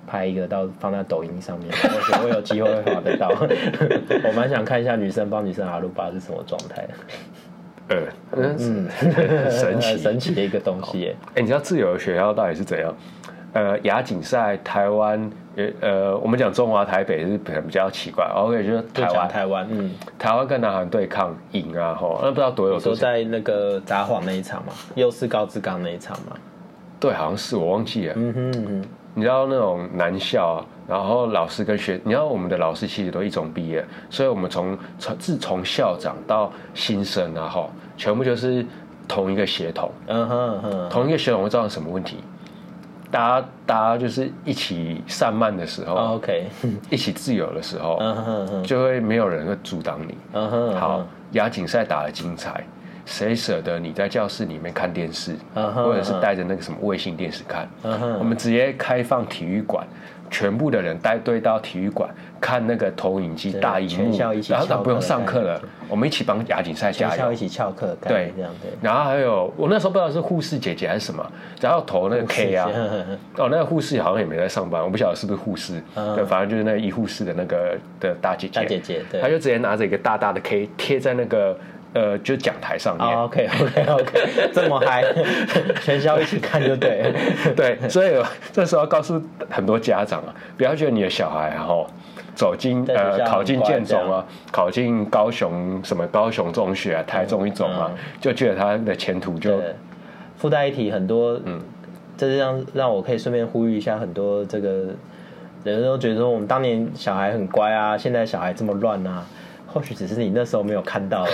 拍一个到放在抖音上面，或许我有机会会滑得到。我蛮想看一下女生帮女生阿鲁巴是什么状态。 呃，嗯，神奇神奇的一个东西耶。 哎、欸，你知道自由的学校到底是怎样？呃，亚锦赛台湾，呃，我们讲中华台北是可能比较奇怪。OK， 就是台湾， 台湾，嗯， 台湾跟南韩对抗赢啊，吼，那不知道多有多。 说在那个札幌那一场嘛，又是高志刚那一场嘛。 对，好像是我忘记了。 嗯哼嗯哼。 你知道那种男校啊，然后老师跟学，你知道我们的老师其实都一中毕业，所以我们从从自从校长到新生啊，哈，全部就是同一个协同。嗯哼哼。同一个协同会造成什么问题？大家大家就是一起散漫的时候、 oh, ，OK， 一起自由的时候，嗯哼哼，就会没有人会阻挡你。嗯哼，好，亚锦赛打得精彩。谁舍得你在教室里面看电视， uh-huh, 或者是带着那个什么卫星电视看？ uh-huh. 我们直接开放体育馆，全部的人带队到体育馆看那个投影机大荧幕，然后不用上课了，我们一起帮亚锦赛加油， 全校一起翘课，对，这样对。 然后还有我那时候不知道是护士姐姐还是什么，然后投那个 K 啊，哦，那个护士好像也没在上班，我不晓得是不是护士， uh-huh. 对，反正就是那个医护室的那个的大姐姐， 大姐姐，对， 她就直接拿着一个大大的 K 贴在那个。呃，就讲台上面。 Oh, OK OK OK， 这么嗨，全校一起看就对。 对，所以这时候要告诉很多家长啊，不要觉得你的小孩哈走进呃考进建中啊，考进高雄什么高雄中学啊、台中一中啊，嗯、就觉得他的前途就。 附带一提，很多嗯，这是让让我可以顺便呼吁一下，很多这个人都觉得说我们当年小孩很乖啊，现在小孩这么乱啊。或许只是你那时候没有看到。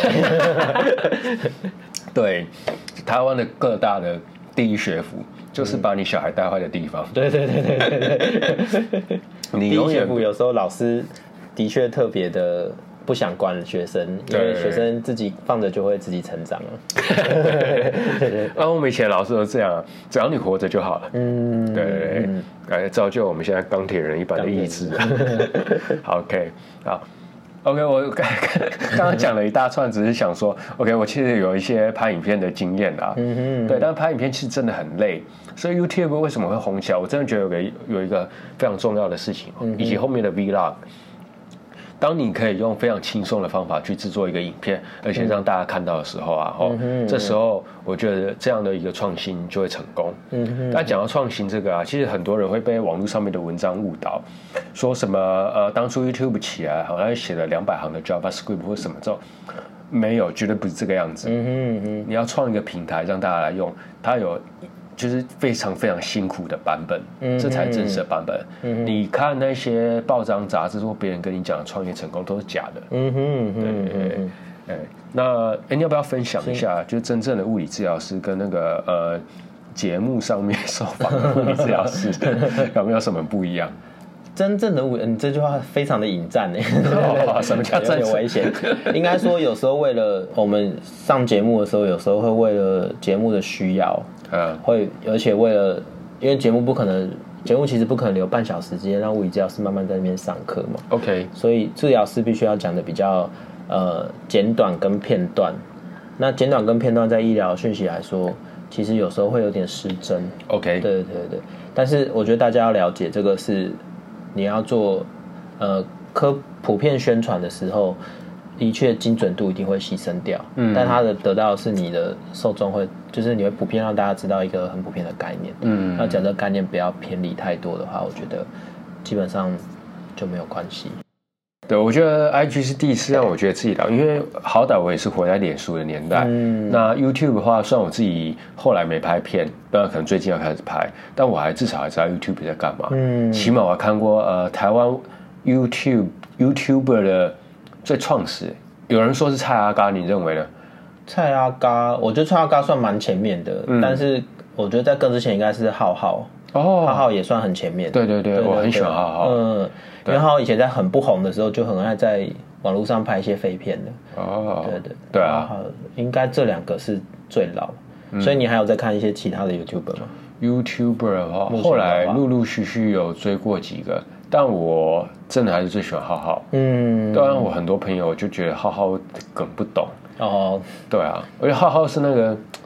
对，台湾的各大的第一学府就是把你小孩带坏的地方。 对对对对对对。你第一学府有时候老师的确特别的不想管学生，因为学生自己放着就会自己成长了。 然后我们以前老师都这样，只要你活着就好了。嗯，对对对，来造就我们现在钢铁人一般的意志。好 ，OK， 好。OK， 我刚刚讲了一大串，只是想说 ，OK， 我其实有一些拍影片的经验啦，嗯哼，对，但拍影片其实真的很累，所以 YouTube 为什么会红起来？我真的觉得有个有一个非常重要的事情，嗯、以及后面的 Vlog。当你可以用非常轻松的方法去制作一个影片，而且让大家看到的时候啊，哦、嗯，这时候我觉得这样的一个创新就会成功。嗯哼。但讲到创新这个啊，其实很多人会被网络上面的文章误导，说什么呃，当初 YouTube 起来好像写了两百行的 JavaScript 或什么这种，没有，绝对不是这个样子。嗯哼嗯哼。你要创一个平台让大家来用，它有。就是非常非常辛苦的版本，嗯、这才真实的版本。嗯、你看那些报章杂志或别人跟你讲的创业成功都是假的。嗯哼，对对对。嗯哎，那哎，你要不要分享一下，就是真正的物理治疗师跟那个呃节目上面受访的物理治疗师有没有什么不一样？ 真正的物理，你这句话非常的引战哎， 哦、什么叫真？ 有点危险。应该说，有时候为了我们上节目的时候，有时候会为了节目的需要。嗯，会，而且为了，因为节目不可能，节目其实不可能留半小时之间让物理治疗师慢慢在那边上课嘛。 OK， 所以治疗师必须要讲的比较呃简短跟片段。那简短跟片段在医疗讯息来说，其实有时候会有点失真。 OK， 对对对对。但是我觉得大家要了解，这个是你要做呃科普遍宣传的时候。的确，精准度一定会牺牲掉，嗯，但它的得到的是你的受众会，就是你会普遍让大家知道一个很普遍的概念，嗯，那讲这个概念不要偏离太多的话，我觉得基本上就没有关系。 对，我觉得 I G 是第一次让我觉得自己老，因为好歹我也是活在脸书的年代，嗯，那 YouTube 的话，虽然我自己后来没拍片，那可能最近要开始拍，但我还至少还知道 YouTube 在干嘛，嗯，起码我还看过呃台湾 YouTube YouTuber 的。最创始，有人说是蔡阿嘎，你认为呢？ 蔡阿嘎，我觉得蔡阿嘎算蛮前面的，嗯、但是我觉得在更之前应该是浩浩哦，浩浩也算很前面。 对对 对, 对, 对，我很喜欢浩浩。嗯， 因为浩浩以前在很不红的时候，就很爱在网络上拍一些废片的。哦，对对对啊， 应该这两个是最老，嗯、所以你还有在看一些其他的 YouTuber 吗 ？YouTuber 的话，后来陆陆续续有追过几个。但我真的还是最喜欢浩浩，嗯，当然我很多朋友就觉得浩浩梗不懂哦，对啊，而且浩浩是那个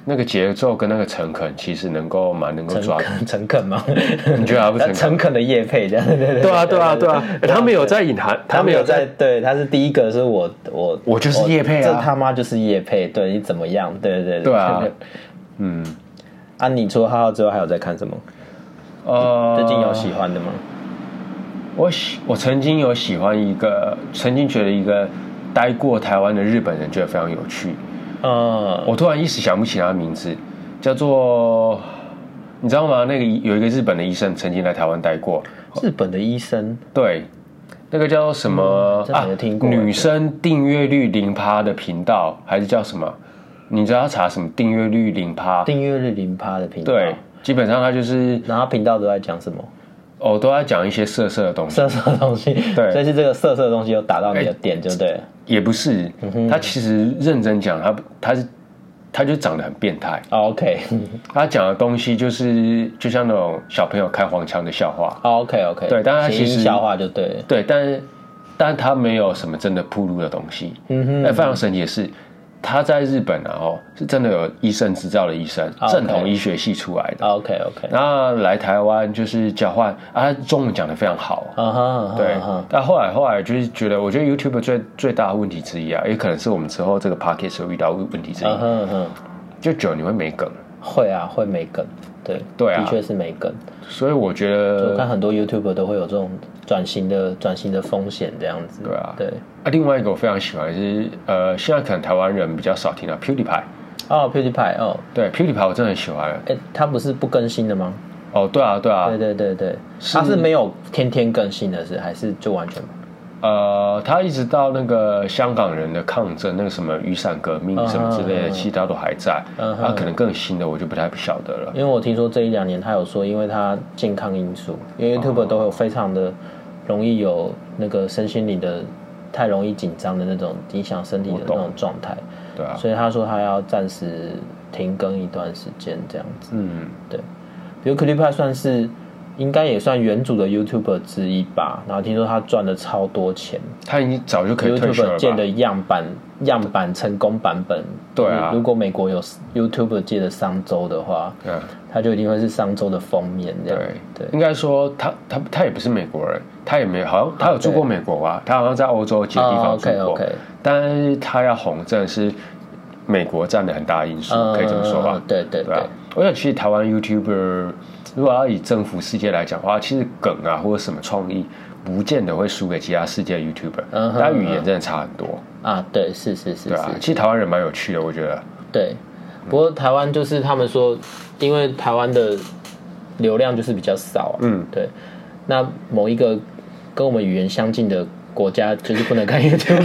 那个节奏跟那个诚恳，其实能够蛮能够抓。 诚恳吗？ 你觉得还不诚恳？ 诚恳的业配这样，对对对。 对啊，对啊，对啊，他们有在隐含， 他们有在，对，他是第一个，是我我我就是业配啊， 这他妈就是业配，对你怎么样？对对对， 对啊，嗯， 啊，你除了浩浩之外，还有在看什么？呃，最近有喜欢的吗？ 我喜，我曾经有喜欢一个，曾经觉得一个待过台湾的日本人，觉得非常有趣。呃，我突然一时想不起他的名字，叫做你知道吗？那个有一个日本的医生曾经来台湾待过。 日本的医生， 对，那个叫什么、嗯、啊？女生订阅率零趴的频道，还是叫什么？你知道他查什么？订阅率零趴？ 订阅率零趴的频道。 对，基本上他就是， 然后频道都在讲什么？ 哦，都在讲一些色色的东西， 色色的东西，对，所以是这个色色的东西有打到你的点，就对了。 也不是，嗯、他其实认真讲，他他是他就长得很变态。 Oh, OK， 他讲的东西就是就像那种小朋友开黄腔的笑话。 Oh, OK OK， 对，但他其实笑话就对了， 对，但是但他没有什么真的暴露的东西。嗯哼，但非常神奇的是。他在日本啊，哦，是真的有医生执照的医生， okay. 正统医学系出来的。 OK OK， 然后来台湾就是交换啊，他中文讲得非常好。Uh -huh, 对， uh -huh. 但后来后来就是觉得，我觉得 YouTube 最最大的问题之一啊，也可能是我们之后这个 Podcast 会遇到问题之一。Uh -huh, uh -huh. 就久你会没梗。 会啊，会没梗。对对啊， 的确是没梗。 所以我觉得， 我看很多 YouTuber 都会有这种转型的转型的风险，这样子。 对啊， 对。 啊，另外一个我非常喜欢的是，呃，现在可能台湾人比较少听到 PewDiePie。 哦 ，PewDiePie， 哦， 对 ，PewDiePie 我真的很喜欢。 哎、欸，他不是不更新的吗？ 哦，对啊，对啊， 对对对对，他是没有天天更新的是，还是就完全？ 呃，他一直到那个香港人的抗争，那个什么雨伞革命什么之类的， uh -huh, 其他都还在。他、uh -huh. 啊、可能更新的我就不太不晓得了。 因为我听说这一两年他有说，因为他健康因素，因为 YouTuber 都有非常的容易有那个身心灵的太容易紧张的那种影响身体的那种状态。 对啊， 所以他说他要暂时停更一段时间这样子。嗯，对。比如 PewDiePie 算是。应该也算原主的 YouTuber 之一吧，然后听说他赚了超多钱， 他已经早就可以退休了吧 YouTuber 界的样板样板成功版本， 对啊， 如果美国有 YouTuber 界的商周的话，对，他就一定会是商周的封面这样。 对，对，应该说他他他也不是美国人，他也没有好像他有住过美国吧，他好像在欧洲几个地方住过， oh, okay, okay. 但是他要红真的是美国占了很大的因素，嗯、可以这么说吧？ 对对 对, 对、啊。我想其实台湾 YouTuber。如果要以征服世界来讲的话，其实梗啊或者什么创意，不见得会输给其他世界的 YouTuber，嗯、但语言真的差很多啊。对，是是是， 对啊。其实台湾人蛮有趣的，我觉得。 对，不过台湾就是他们说，因为台湾的流量就是比较少、啊，嗯，对。那某一个跟我们语言相近的国家就是不能看 YouTube，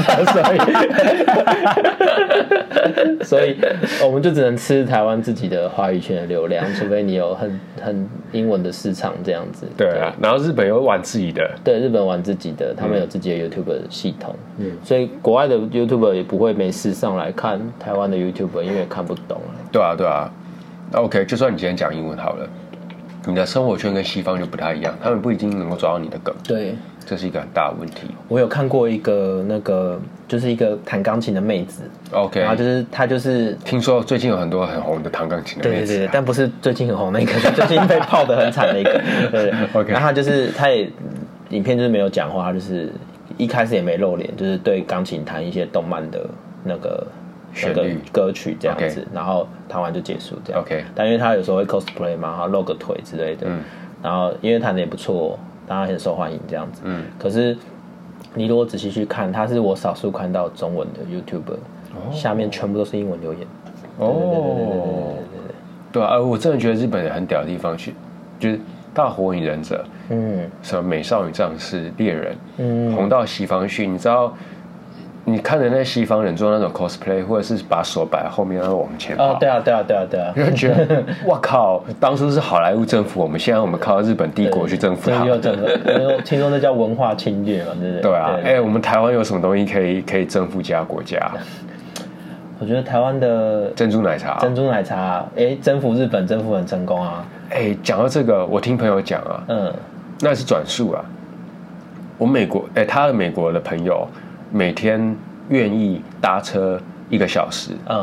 所以，所以我们就只能吃台湾自己的话语权的流量，除非你有很很英文的市场这样子。 对啊，然后日本有玩自己的， 对，日本玩自己的，他们有自己的 YouTube 系统，嗯，所以国外的 YouTuber 也不会没事上来看台湾的 YouTuber， 因为看不懂啊。 对啊，对啊。OK， 就算你今天讲英文好了，你的生活圈跟西方就不太一样，他们不一定能够抓到你的梗。 对。 这是一个很大的问题。 我有看过一个那个，就是一个弹钢琴的妹子 ，OK， 然后就是她就是听说最近有很多很红的弹钢琴的妹子、啊， 对对对，但不是最近很红那个，是最近被泡得很惨的一个，对对 ，OK。然后她就是她也影片就是没有讲话，就是一开始也没露脸，就是对钢琴弹一些动漫的那个旋律歌曲这样子， okay. 然后弹完就结束这样。 OK， 但因为她有时候会 cosplay 嘛，然后露个腿之类的，嗯，然后因为弹的也不错。当然很受欢迎这样子，嗯，可是你如果仔细去看，他是我少数看到中文的 YouTuber，、哦、下面全部都是英文留言。哦，对对对对对对对对啊！我真的觉得日本人很屌的地方去，就是大火影忍者，嗯，什么美少女战士、猎人，嗯，红到西方去，你知道。你看着那西方人做那种 cosplay， 或者是把手摆在后面然后往前跑， 哦，对啊，对啊，对啊，对啊， 就觉得哇靠，当初是好莱坞征服我们，现在我们靠日本帝国去征服他们。 听说那叫文化侵略嘛，对不对？ 对啊，哎、欸，我们台湾有什么东西可以可以征服其他国家？ 我觉得台湾的珍珠奶茶， 珍珠奶茶，哎、欸，征服日本，征服很成功啊。 哎、欸，讲到这个，我听朋友讲啊，嗯，那是转述啊。我美国，哎、欸，他的美国的朋友。每天愿意搭车一个小时，嗯，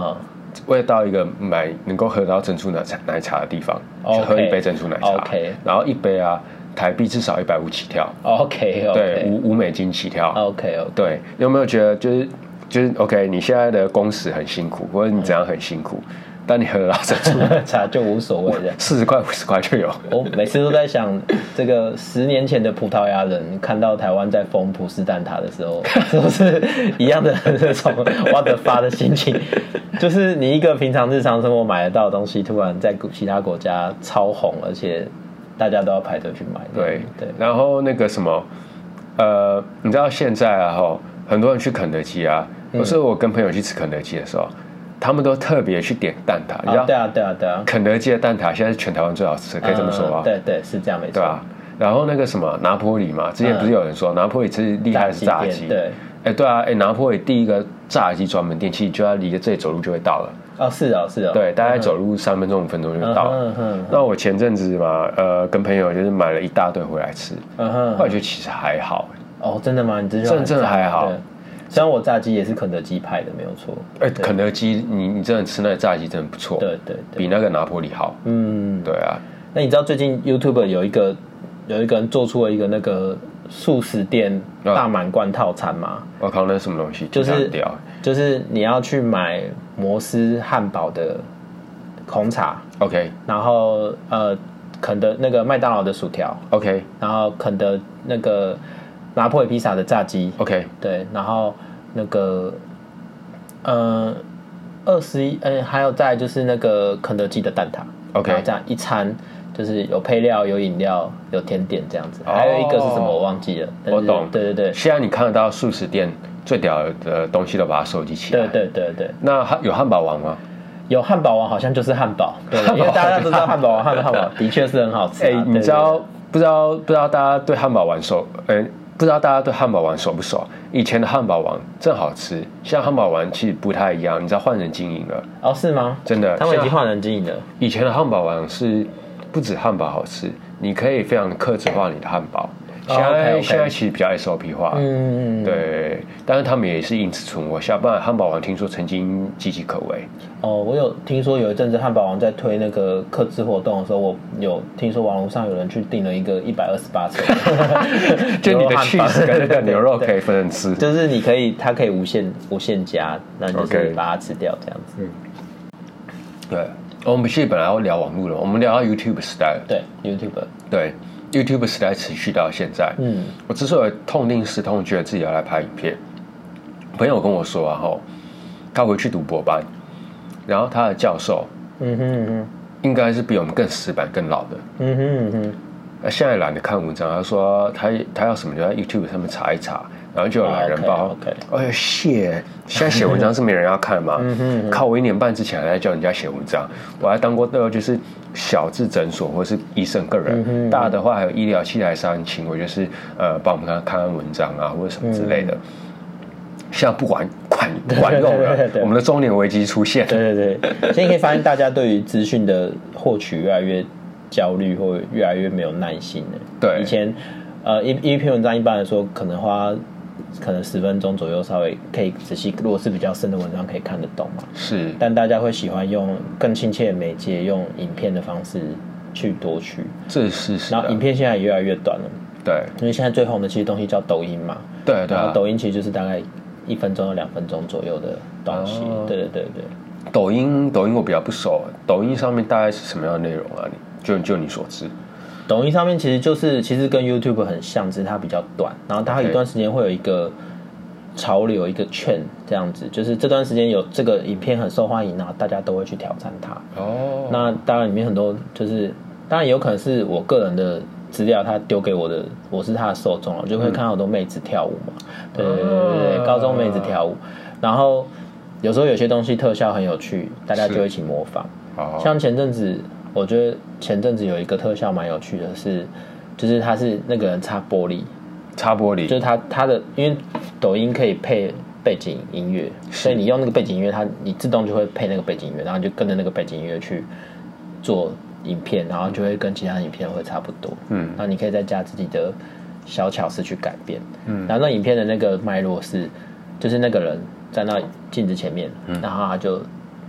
会到一个买能够喝到珍珠奶茶奶茶的地方， okay, 去喝一杯珍珠奶茶。 Okay. 然后一杯啊，台币至少一百五起跳。 OK OK。 对，五五美金起跳。 OK OK。 对，你有没有觉得就是就是 OK？ 你现在的工时很辛苦，或者你怎样很辛苦？嗯，但你喝到珍珠奶茶就无所谓的， 四十块五十块就有。 我每次都在想，这个十年前的葡萄牙人看到台湾在封葡式蛋挞的时候，是不是一样的那种what the fuck的心情？就是你一个平常日常生活买得到的东西，突然在其他国家超红，而且大家都要排队去买。 对对。然后那个什么，呃，你知道现在啊，吼，很多人去肯德基啊，有时候我跟朋友去吃肯德基的时候。他们都特别去点蛋挞，你知道？ 对啊，对啊，对啊。 肯德基的蛋挞现在是全台湾最好吃的，可以这么说吧？ 嗯、对对，是这样没错。 对啊，然后那个什么拿坡里嘛，之前不是有人说、嗯、拿坡里最厉害的是炸鸡？ 对。 哎，对啊，哎，拿坡里第一个炸鸡专门店，其实就要离这里走路就会到了。 哦，是哦，是哦。 对，大概走路三分钟、五分钟就到了。嗯哼哼。那我前阵子嘛，呃，跟朋友就是买了一大堆回来吃，嗯哼，后来觉得其实还好。 哦，真的吗？你真的真的还好。 虽然我炸鸡也是肯德基派的，没有错。 哎、欸，肯德基，你你真的吃那个炸鸡真的不错， 对 对, 对， 比那个拿坡里好。嗯，对啊。 那你知道最近 YouTube 有一个有一个人做出了一个那个素食店大满贯套餐吗？ 我靠，那是什么东西？ 就是就是你要去买摩斯汉堡的红茶 ，OK， 然后呃肯德那个麦当劳的薯条 ，OK， 然后肯德那个。拿破里披萨的炸鸡 ，OK， 对，然后那个，呃，二十一，呃，还有再就是那个肯德基的蛋挞 ，OK， 这样一餐就是有配料、有饮料、有甜点这样子，哦、还有一个是什么我忘记了， 我懂， 对对对。 现在你看得到素食店最屌的东西都把它收集起来， 对对对对。 那有汉堡王吗？ 有汉堡王，好像就是汉堡，对，因为大家都知道汉堡王，汉堡汉堡的确是很好吃、啊。哎、 欸，你知道不知道不知道大家对汉堡王熟？哎、欸。不知道大家对汉堡王熟不熟？以前的汉堡王真好吃，现在汉堡王其实不太一样，你知道换人经营了哦？是吗？ 真的， 他们已经换人经营了。 以前的汉堡王是不止汉堡好吃，你可以非常客制化你的汉堡。现在、oh, okay, okay. 现在其实比较 S O P 化，嗯，对，但是他们也是因此存活下。不然汉堡王听说曾经岌岌可危。 哦，我有听说有一阵子汉堡王在推那个客制活动的时候，我有听说网络上有人去订了一个一百二十八层， 就你的cheese跟那个牛肉可以分人吃， 就是你可以，它可以无限无限加，那你就是把它吃掉这样子。嗯， 对，我们其实本来要聊网络的，我们聊到 YouTube 时代了。 对 ，YouTube， 对。YouTube 时代持续到现在，嗯，我之所以痛定思痛，觉得自己要来拍影片，朋友跟我说啊，吼，他回去读博班，然后他的教授，嗯哼嗯哼，应该是比我们更死板、更老的，嗯哼嗯哼，那现在懒得看文章，他说他他要什么就在 YouTube 上面查一查，然后就有懒人包，哎呀谢，现在写文章是没人要看嘛，嗯哼，靠我一年半之前还在教人家写文章，我还当过的就是。小至诊所或是医生个人，嗯、大的话还有医疗器材商请我就是呃帮我们看看看文章啊或者什么之类的。嗯、现在不管管管用了，对对对，我们的中年危机出现。 对对对，现在可以发现大家对于资讯的获取越来越焦虑，或越来越没有耐心了。 对， 以前呃一一篇文章一般来说可能花。可能十分钟左右，稍微可以仔细。如果是比较深的文章，可以看得懂嘛？ 是。 但大家会喜欢用更亲切的媒介，用影片的方式去夺取。 这是是。 然后影片现在也越来越短了。 对。 因为现在最红的其实东西叫抖音嘛。 对对、啊。 然后抖音其实就是大概一分钟到两分钟左右的东西。哦、对对对对。 抖音抖音我比较不熟，抖音上面大概是什么样的内容啊？你就就你所知。 抖音上面其实就是其实跟 YouTube 很像，只是它比较短，然后它有一段时间会有一个潮流一个圈这样子，就是这段时间有这个影片很受欢迎，然后大家都会去挑战它。哦，那当然里面很多就是当然有可能是我个人的资料，他丢给我的，我是他的受众，我就会看到很多妹子跳舞嘛，对对对对对，高中妹子跳舞，然后有时候有些东西特效很有趣，大家就一起模仿。像前阵子。我觉得前阵子有一个特效蛮有趣的是，就是他是那个人擦玻璃， 擦玻璃， 就是他他的，因为抖音可以配背景音乐，所以你用那个背景音乐，它你自动就会配那个背景音乐，然后就跟着那个背景音乐去做影片，然后就会跟其他影片会差不多。嗯，然后你可以再加自己的小巧思去改变。嗯，然后那影片的那个脉络是，就是那个人在那镜子前面，嗯、然后他就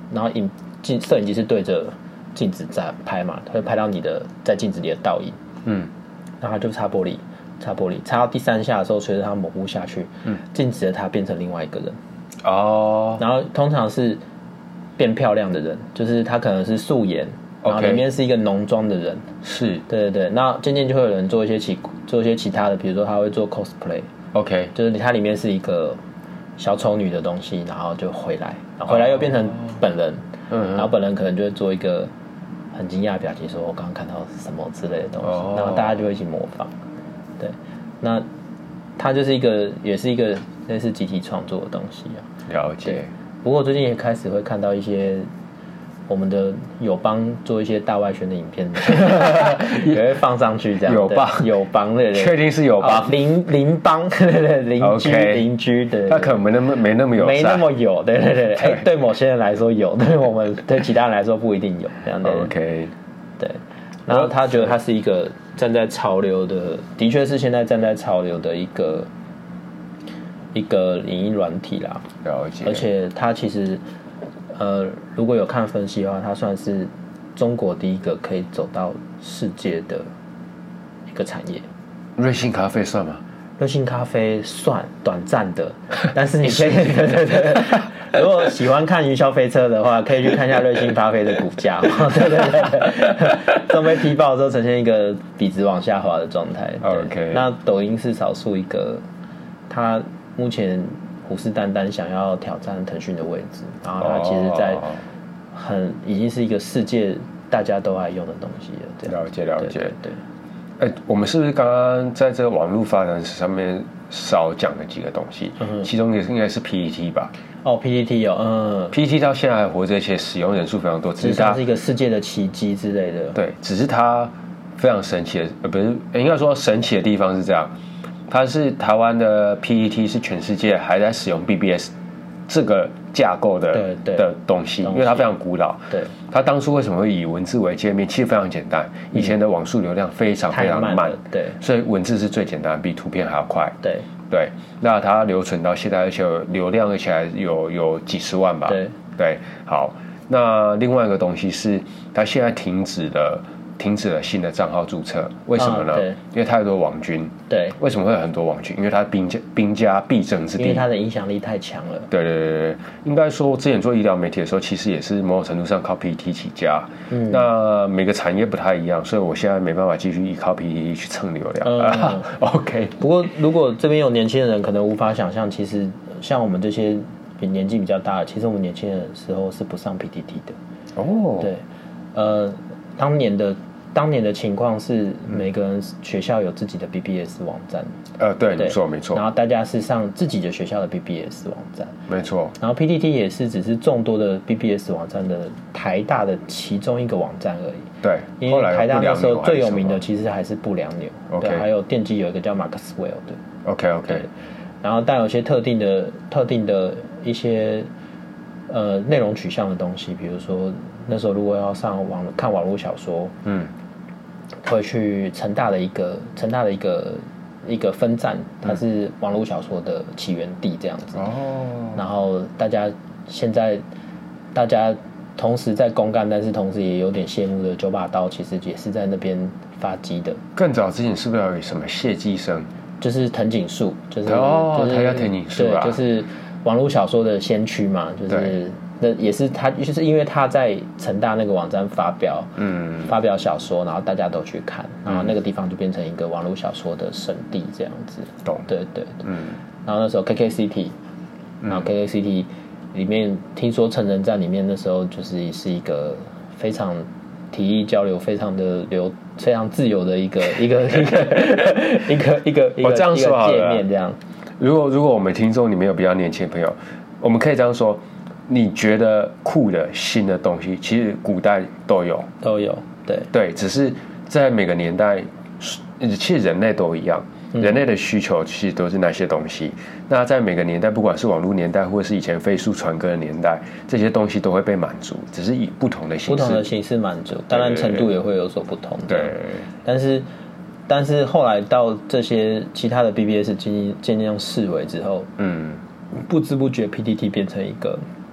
然后影镜摄影机是对着镜子在拍嘛，它会拍到你的在镜子里的倒影，嗯，然后它就擦玻璃，擦玻璃，擦到第三下的时候，随着它模糊下去，嗯，镜子的它变成另外一个人，哦，然后通常是变漂亮的人，就是他可能是素颜。然后里面是一个浓妆的人， 是对对对，那渐渐就会有人做一些其做一些其他的，比如说他会做 cosplay，OK， 就是它里面是一个小丑女的东西，然后就回来，然后回来又变成本人，嗯，然后本人可能就会做一个很惊讶的表情，说我刚刚看到什么之类的东西，哦、然后大家就会一起模仿，对，那它就是一个也是一个类似集体创作的东西啊， 了解。 不过最近也开始会看到一些。我们的友邦做一些大外宣的影片，也会放上去这样。 友邦， 友邦，对对， 确定是友邦， 邻邻邦，对对，邻居邻居的。 他可能没那么没那么友善， 没那么有，对对对。哎，对某些人来说有，对我们对其他人来说不一定有这样的。 OK， 对。然后他觉得他是一个站在潮流的，的确是现在站在潮流的一个一个影音软体啦。 了解。 而且他其实。呃，如果有看分析的话，它算是中国第一个可以走到世界的一个产业。 瑞幸咖啡算吗？ 瑞幸咖啡算短暂的，但是你可以对对对，如果喜欢看云霄飞车的话，可以去看一下瑞幸咖啡的股价。对对对，都被踢爆之后呈现一个笔直往下滑的状态。 OK， 那抖音是少数一个，它目前。虎视眈眈想要挑战腾讯的位置，然后它其实在很已经是一个世界大家都爱用的东西了。 了解了解， 对对。 哎、欸，我们是不是刚刚在这个网络发展史上面少讲了几个东西？嗯、其中也是应该是 P T T 吧？ 哦 ，P T T 有，嗯 ，P T T 到现在还活着，而且使用人数非常多， 只是它是一个世界的奇迹之类的。 对，只是它非常神奇的，呃，不是，应该说神奇的地方是这样。它是台湾的 P T T 是全世界还在使用 B B S 这个架构的对对的东西，因为它非常古老。 对， 它当初为什么会以文字为界面？其实非常简单，以前的网速流量非常非常的 慢, 慢，对， 所以文字是最简单的，比图片还要快。 对对，那它留存到现在，而且流量而且还有有几十万吧。 对对，好，那另外一个东西是它现在停止了。停止了新的账号注册，为什么呢？ 啊、 因为太多网军。对，为什么会有很多网军？因为它兵家兵家必争之地， 因为它的影响力太强了。 对对对对，应该说之前做医疗媒体的时候，其实也是某种程度上靠 P T T 起家。嗯，那每个产业不太一样，所以我现在没办法继续依靠 P T T 去蹭流量。嗯啊、OK。 不过如果这边有年轻人可能无法想象，其实像我们这些年纪比较大的，其实我们年轻人的时候是不上 P T T 的。 哦， 对，呃，当年的。当年的情况是，每个人学校有自己的 B B S 网站。 呃，对，没错没错。 然后大家是上自己的学校的 B B S 网站。 没错。 然后 P T T 也是只是众多的 B B S 网站的台大的其中一个网站而已。 对。 因为台大那时候最有名的其实还是不良牛。 OK。 对，还有电机有一个叫 Maxwell 的。 OK OK。 然后但有些特定的特定的一些呃内容取向的东西，比如说那时候如果要上网看网络小说，嗯。会去成大的一个成大的一个一个分站，它是网络小说的起源地这样子。哦。然后大家现在大家同时在公干，但是同时也有点羡慕的九把刀，其实也是在那边发迹的。 更早之前是不是有什么谢寄生？ 就是藤井树，就是哦， 就是他叫藤井树啊， 对，就是网络小说的先驱嘛，就是。那也是他，就是因为他在成大那个网站发表，嗯，发表小说，然后大家都去看，然后那个地方就变成一个网络小说的圣地这样子。 懂， 对对对，嗯。然后那时候 K K C T， 然后 K K C T 里面听说成人站里面那时候就是是一个非常体育交流非常的流非常自由的一个一个一个一个一个一个我这样说好了， 界面这样。 如果如果我们听众里面有比较年轻的朋友，我们可以这样说。你觉得酷的新的东西，其实古代都有， 都有，对对，只是在每个年代，其实人类都一样，嗯、人类的需求其实都是那些东西。那在每个年代，不管是网络年代，或是以前飞速传歌的年代，这些东西都会被满足，只是以不同的形式， 不同的形式满足，当然程度也会有所不同。 对， 但是但是后来到这些其他的 B B S 渐渐渐视为之后，嗯，不知不觉 P T T 变成一个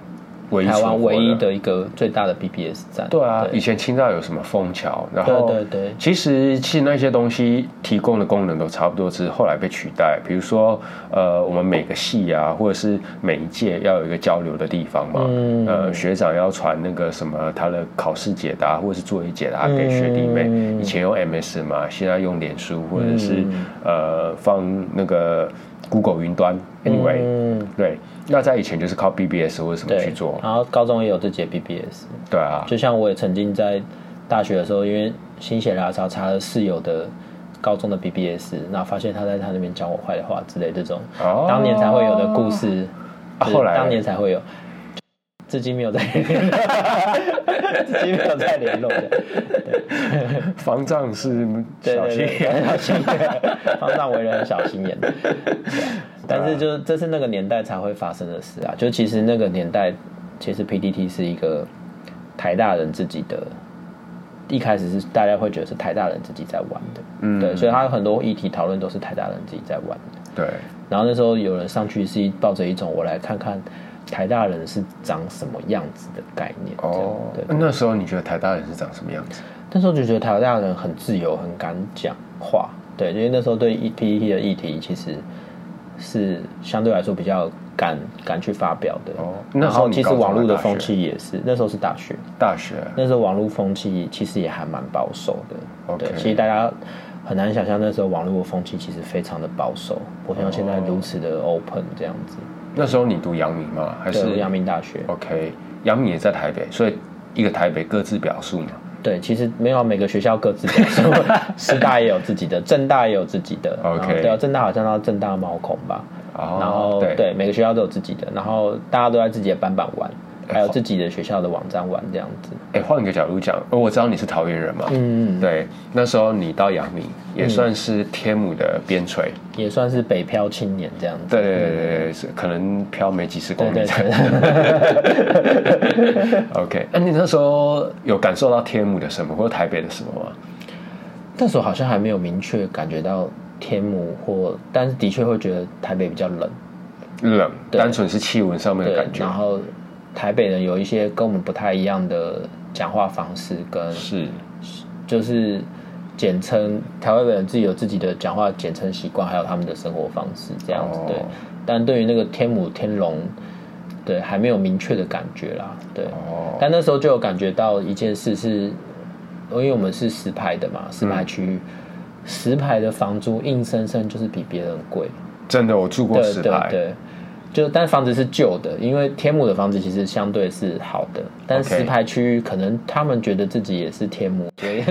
台湾唯一的一个最大的 B B S 站。 对啊，对以前清大有什么枫桥，然后对对对， 其实其实那些东西提供的功能都差不多，只是后来被取代。比如说，呃，我们每个系啊，或者是每一届要有一个交流的地方嘛，嗯、呃，学长要传那个什么他的考试解答或者是作业解答给学弟妹，嗯、以前用 M S 嘛，现在用脸书或者是、嗯、呃放那个 Google 云端 ，anyway，、嗯、对。那在以前就是靠 B B S 或者什么去做， 然后高中也有自己的 B B S。 对啊， 就像我也曾经在大学的时候，因为心血来潮查了室友的高中的 B B S， 然后发现他在他那边讲我坏话之类这种，哦、当年才会有的故事。 啊、后来当年才会有，至今没有再联络，至今没有再联络的。 方丈是小心眼，小心眼，方丈为人很小心眼的。但是就这是那个年代才会发生的事啊！就其实那个年代，其实 P T T 是一个台大人自己的，一开始是大家会觉得是台大人自己在玩的，嗯，对，所以他有很多议题讨论都是台大人自己在玩的， 对。 然后那时候有人上去是抱着一种我来看看台大人是长什么样子的概念，哦，对。 那时候你觉得台大人是长什么样子？ 那时候就觉得台大人很自由，很敢讲话，对，因为那时候对 P T T 的议题其实是相对来说比较敢敢去发表的。哦，那时候其实网络的风气也是，那时候是大学， 大学那时候网络风气其实也还蛮保守的。 Okay. 对，其实大家很难想象那时候网络的风气其实非常的保守，不像现在如此的 open 这样子。 那时候你读阳明吗？还是阳明大学 ？OK， 阳明也在台北，所以一个台北各自表述嘛。 对，其实没有每个学校各自表述，师大也有自己的，政大也有自己的。 OK， 对啊，政大好像叫政大猫孔吧。 哦， 然后 对, 对每个学校都有自己的，然后大家都在自己的板板玩，还有自己的学校的网站玩这样子。 哎，换一个角度讲，我知道你是桃园人嘛，嗯，对，那时候你到阳明也算是天母的边陲，嗯、 也算是北漂青年这样子。 对对对对，嗯、可能漂没几十公里。对对对。OK， 那你那时候有感受到天母的什么，或者台北的什么吗？ 那时候好像还没有明确感觉到天母或，但是的确会觉得台北比较冷， 冷，单纯是气温上面的感觉。 然后台北人有一些跟我们不太一样的讲话方式，跟是就是简称台湾人自己有自己的讲话简称习惯，还有他们的生活方式这样子。哦、对，但对于那个天母天龙，对还没有明确的感觉啦。对，哦、但那时候就有感觉到一件事是，因为我们是石牌的嘛，石牌区。嗯石牌的房租硬生生就是比别人贵， 真的，我住过石牌， 对对对，就但房子是旧的，因为天母的房子其实相对是好的，但石牌区可能他们觉得自己也是天母，所以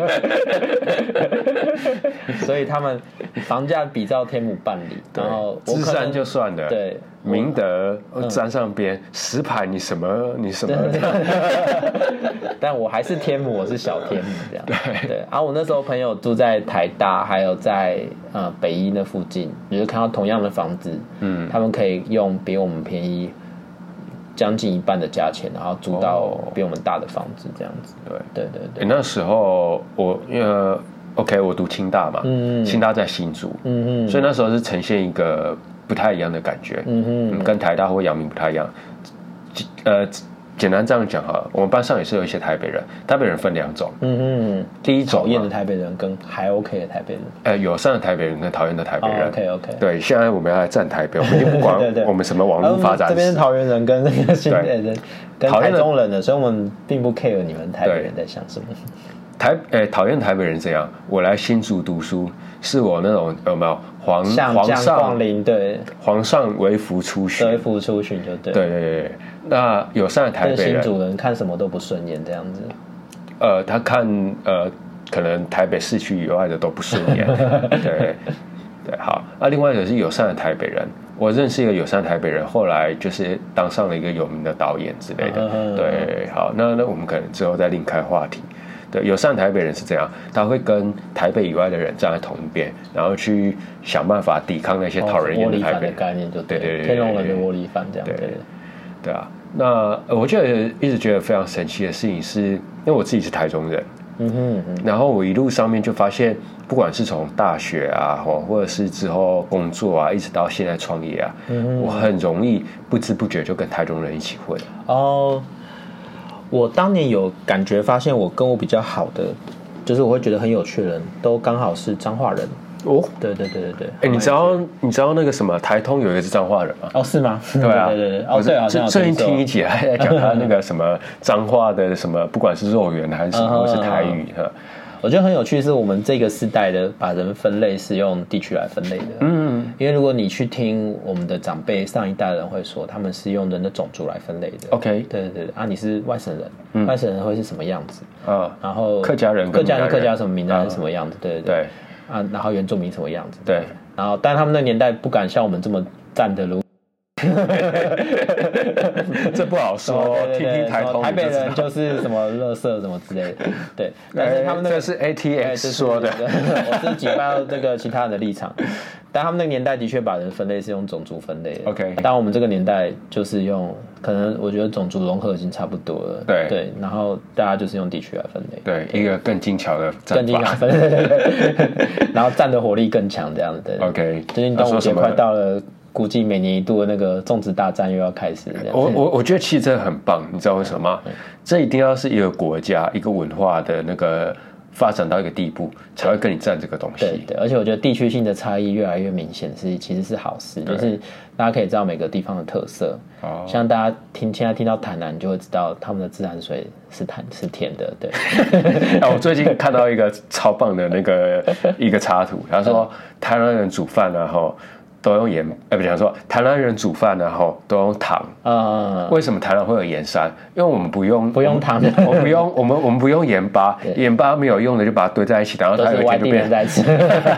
所以他们房价比照天母办理，然后芝山就算了， 对， 明德沾上边，嗯、石牌你什么你什么， 但我还是天母，我是小天母这样， 对对。啊，我那时候朋友住在台大，还有在呃北医那附近，你就看到同样的房子，嗯，他们可以用比我们便宜将近一半的价钱，然后租到比我们大的房子这样子， 对对对对。 欸、那时候我因为 OK， 我读清大嘛，嗯，清大在新竹，嗯嗯，所以那时候是呈现一个不太一样的感觉，嗯嗯，跟台大或阳明不太一样，呃。简单这样讲哈，我们班上也是有一些台北人，台北人分两种，嗯嗯，第一种讨厌的台北人跟还 OK 的台北人， 呃，友善的台北人跟讨厌的台北人、 哦、OK OK， 对，现在我们要来站台北，我们就不管我们什么网络发展史， 这边是桃园人跟那个新北人跟台中人的，所以我们并不 care 你们台北人在想什么。 台诶，讨厌台北人怎样？我来新竹读书，是我那种有没有皇皇上光临？对， 皇上微服出巡， 微服出巡就对。 对对对，那友善的台北人， 新竹人看什么都不顺眼，这样子。 呃，他看呃，可能台北市区以外的都不顺眼。对对，好。那另外一个是友善的台北人，我认识一个友善台北人，后来就是当上了一个有名的导演之类的。对，好，那那我们可能之后再另开话题。对，友善台北人是这样，他会跟台北以外的人站在同一边，然后去想办法抵抗那些讨人厌的台北人。 窝里反的概念就对， 对对对， 天龙人的窝里反这样。 对对对啊，那我觉得一直觉得非常神奇的事情是，因为我自己是台中人， 嗯哼嗯哼，然后我一路上面就发现，不管是从大学啊，或者是之后工作啊，一直到现在创业啊，嗯哼，我很容易不知不觉就跟台中人一起混。 哦，我当年有感觉发现，我跟我比较好的，就是我会觉得很有趣的人，都刚好是彰化人。哦，对对对对对， 哎、欸，你知道你知道那个什么台通有一个是彰化人吗？ 哦，是吗？ 对啊， 对对对，哦对啊， 最最近听一集还在讲他那个什么彰化的什么，不管是肉圆还是什么，或是台语哈。 我觉得很有趣，是我们这个世代的把人分类是用地区来分类的。嗯，因为如果你去听我们的长辈上一代人会说，他们是用人的种族来分类的。 OK， 对对对，啊，你是外省人，嗯、外省人会是什么样子啊？ 然后客家人， 客家人客家什么闽南人什么样子？对对对。 对啊，然后原住民什么样子？ 对， 然后但他们那年代不敢像我们这么站得如。 这不好说， 对对对听听台通， 台北人就是什么垃圾什么之类的，对。但是他们那个、 这是 A T X 说的， 我是举报这个其他人的立场。但他们那个年代的确把人分类是用种族分类的 ，OK。 但我们这个年代就是用，可能我觉得种族融合已经差不多了， 对对。然后大家就是用地区来分类， 对，一个更精巧的战法， 更精巧分类，然后战的火力更强，这样子。对 OK。 最近端午节快到了。估计每年一度的那个粽子大战又要开始了。 我我我觉得其实这很棒，你知道为什么吗？这一定要是一个国家、一个文化的那个发展到一个地步，才会跟你战这个东西。 对对，而且我觉得地区性的差异越来越明显，是其实是好事，就是大家可以知道每个地方的特色。哦，像大家听现在听到台南，就会知道他们的自然水是甜是甜的。对， 我最近看到一个超棒的那个一个插图，他说台南人煮饭然后。都用盐，哎，不讲说台南人煮饭然后都用糖。嗯，为什么台南会有盐山？因为我们不用不用糖， 我们不用我们我们不用盐巴，盐巴没有用的就把它堆在一起，然后它有一天就变在吃。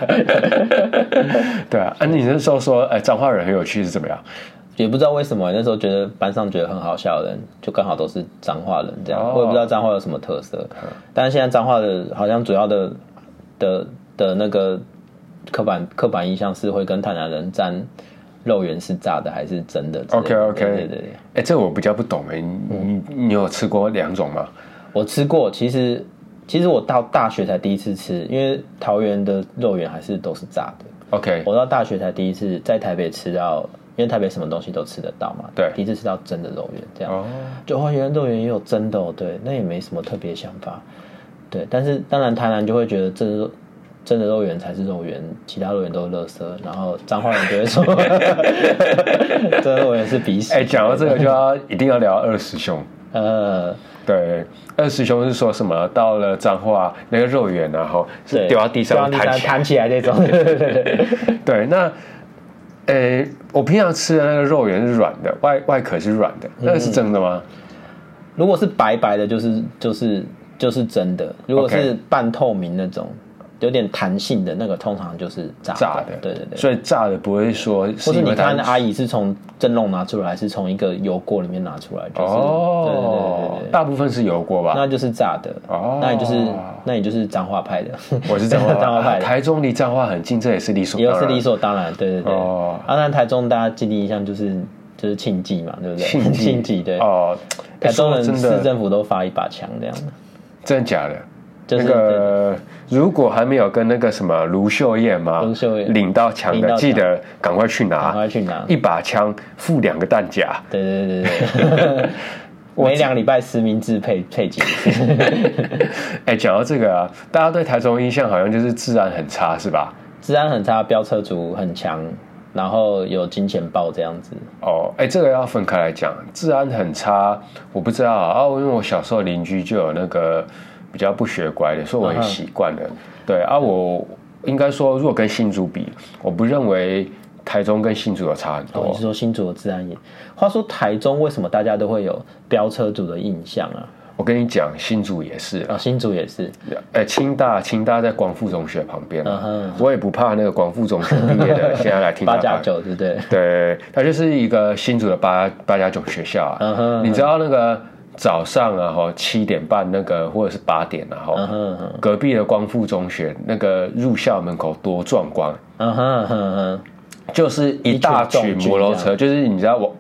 对啊，啊，你那时候说，哎，彰化人很有趣是怎么样？ 也不知道为什么，那时候觉得班上觉得很好笑的人，就刚好都是彰化人这样。哦、我也不知道彰化有什么特色，嗯、但是现在彰化的好像主要的的的那个。刻板刻板印象是会跟台南人沾肉圆是炸的还是真的 ？OK OK， 对对对。 哎、欸，这我比较不懂哎，你、嗯、你有吃过两种吗？ 我吃过，其实其实我到大学才第一次吃，因为桃园的肉圆还是都是炸的。 OK， 我到大学才第一次在台北吃到，因为台北什么东西都吃得到嘛。 对， 第一次吃到真的肉圆，这样。哦，就哇，原来肉圆也有真的哦，对，那也没什么特别想法。对，但是当然台南就会觉得这是。真的肉圆才是肉圆，其他肉圆都是垃圾。然后彰化人就会说，真的肉圆是鼻屎。 哎，讲到这个就要一定要聊二师兄。呃，对，二师兄是说什么？到了彰化那个肉圆，然后是丢到地上弹起弹起来那种。对对对。 对，那，呃，我平常吃的那个肉圆是软的，外外壳是软的，那个是真的吗？ 如果是白白的，就是就是就是真的；如果是半透明那种。有点弹性的那个，通常就是炸的。 炸的， 对对对。 所以炸的不会说是， 或是你看阿姨是从蒸笼拿出来，还是从一个油锅里面拿出来？就是、哦，对对对对对， 大部分是油锅吧？ 那就是炸的。哦，那你就是那你就是彰化派的。 我是彰化彰化派的。 台中离彰化很近，这也是理所当然。 也是理所当然，对对对。哦，啊，那台中大家记忆印象就是就是庆记嘛，对不对？ 庆记， 庆记对。哦，台中人市政府都发一把枪这样的。 真的假的？就是、那个，如果还没有跟那个什么卢秀燕嘛， 卢秀燕领到枪的，记得赶快去拿， 赶快去拿， 一把枪附两个弹夹。 对对对对，每两个礼拜实名制配配几次。 哎，讲到这个啊，大家对台中印象好像就是治安很差，是吧？ 治安很差，飙车族很强，然后有金钱豹这样子。 哦，哎，这个要分开来讲，治安很差，我不知道啊，因为我小时候邻居就有那个。比较不学乖的，所以我也习惯了。Uh-huh. 对啊，我应该说，如果跟新竹比，我不认为台中跟新竹有差很多。 哦，你是说新竹的治安也？话说台中为什么大家都会有飙车族的印象啊？ 我跟你讲，新竹也是啊、 哦，新竹也是。 哎，清大，清大在光复中学旁边、uh-huh. 我也不怕那个光复中学毕业的现在来听他。 八加九，对不对？ 对，它就是一个新竹的八八加九学校啊。Uh-huh. 你知道那个？早上啊，哈七点半那个或者是八点啊，哈、uh-huh. 隔壁的光复中学那个入校门口多壮观，嗯哼嗯哼，就是一大群摩托车，就是你知道我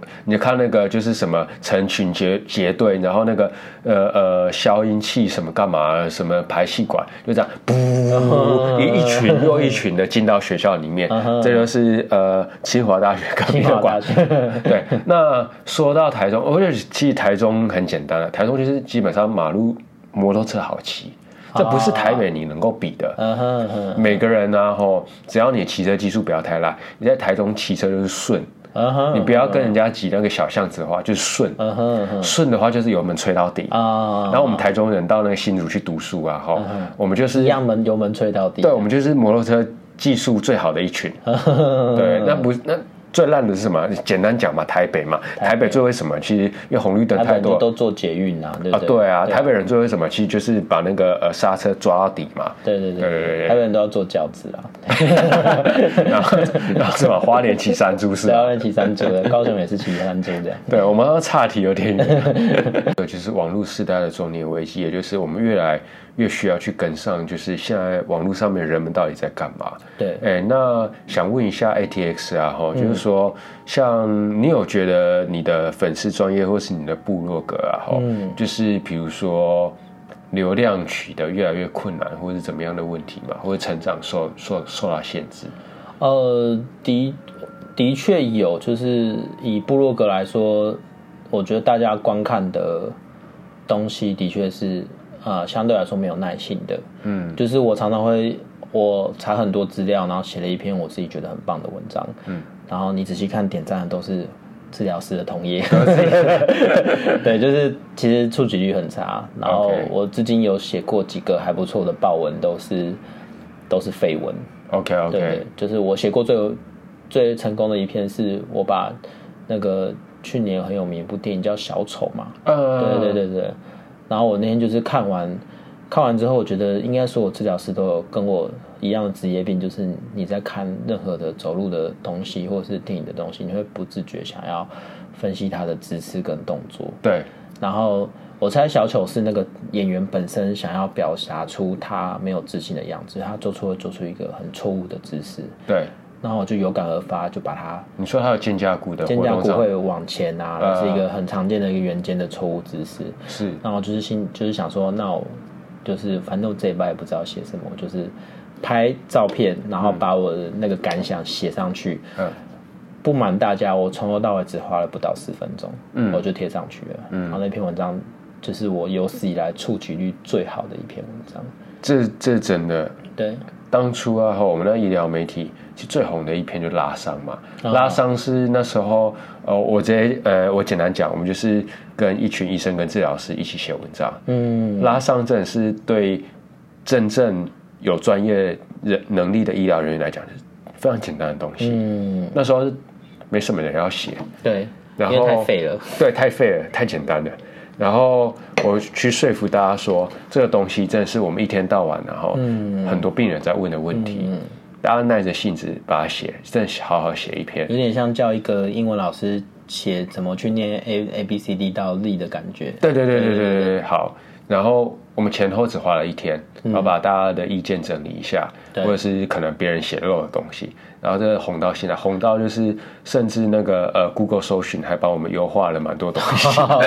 你看那个就是什么成群结结队，然后那个呃呃消音器什么干嘛，什么排气管就这样，噗，一一群又一群的进到学校里面，这就是呃清华大学隔壁的馆。对，那说到台中，我觉得其实台中很简单了，台中就是基本上马路摩托车好骑。这不是台北你能够比的。 嗯哼哼， 每个人啊，吼，只要你骑车技术不要太烂，你在台中骑车就是顺。嗯哼，你不要跟人家挤那个小巷子的话，就是顺。嗯哼，顺的话就是油门吹到底啊。然后我们台中人到那个新竹去读书啊，哈，我们就是一样门油门吹到底。 对，我们就是摩托车技术最好的一群。对，那不那。最烂的是什么？简单讲嘛，台北嘛，台北最为什么？其实因为红绿灯太多， 都做捷运啊，对不对？ 啊，对啊，台北人最为什么？其实就是把那个呃刹车抓到底嘛。 对对对对对，台北人都要坐轿子啊。 然后然后什么？花莲骑山猪是吧？ 花莲骑山猪的，高雄也是骑山猪这样。 对，我们要岔题有点远。就是网络时代的中年危机，也就是我们越来越需要去跟上，就是现在网络上面人们到底在干嘛？ 对， 哎，那想问一下 A T X 啊，哈，就是说，像你有觉得你的粉丝专业或是你的部落格啊，哈、嗯，就是比如说流量取得越来越困难，或是怎么样的问题嘛，或者成长受受受到限制？ 呃，的的确有，就是以部落格来说，我觉得大家观看的东西的确是呃相对来说没有耐性的，嗯，就是我常常会。我查很多资料，然后写了一篇我自己觉得很棒的文章。嗯，然后你仔细看点赞的都是治疗师的同业。对，就是其实触及率很差。然后我至今有写过几个还不错的爆文，都是都是废文。 OK OK， 对，就是我写过最有最成功的一篇，是我把那个去年很有名一部电影叫《小丑》嘛。嗯，对对对对。然后我那天就是看完。看完之后，我觉得应该所有治疗师都有跟我一样的职业病，就是你在看任何的走路的东西或者是电影的东西，你会不自觉想要分析他的姿势跟动作。 对。 然后我猜小丑是那个演员本身想要表达出他没有自信的样子，他做出了做出一个很错误的姿势。 对。 然后我就有感而发，就把它。 你说他有肩胛骨的肩胛骨会往前啊，那、呃、是一个很常见的一个圆肩的错误姿势。 是。 然后就是心就是想说，那我。就是反正我这一拜也不知道写什么，我就是拍照片，然后把我的那个感想写上去。嗯，不瞒大家，我从头到尾只花了不到十分钟，嗯，我就贴上去了。嗯，然后那篇文章就是我有史以来触及率最好的一篇文章。 这这真的对。 当初啊，我们那医疗媒体其实最红的一篇就拉伤嘛。哦、拉伤是那时候，呃，我直接呃，我简单讲，我们就是跟一群医生跟治疗师一起写文章。嗯，拉伤真的是对真正有专业人能力的医疗人员来讲是非常简单的东西。嗯，那时候没什么人要写。 对， 然后因为太废了。 对，太废了，太简单了。然后我去说服大家说，这个东西真的是我们一天到晚，然后很多病人在问的问题，嗯、大家耐着性子把它写，真的好好写一篇， 有点像叫一个英文老师写怎么去念 A A B C D 到 Z 的感觉。 对对对对对对对，好。然后我们前后只花了一天，然后把大家的意见整理一下，嗯、或者是可能别人写漏的东西，然后这红到现在，红到就是甚至那个呃 Google 搜寻还帮我们优化了蛮多东西。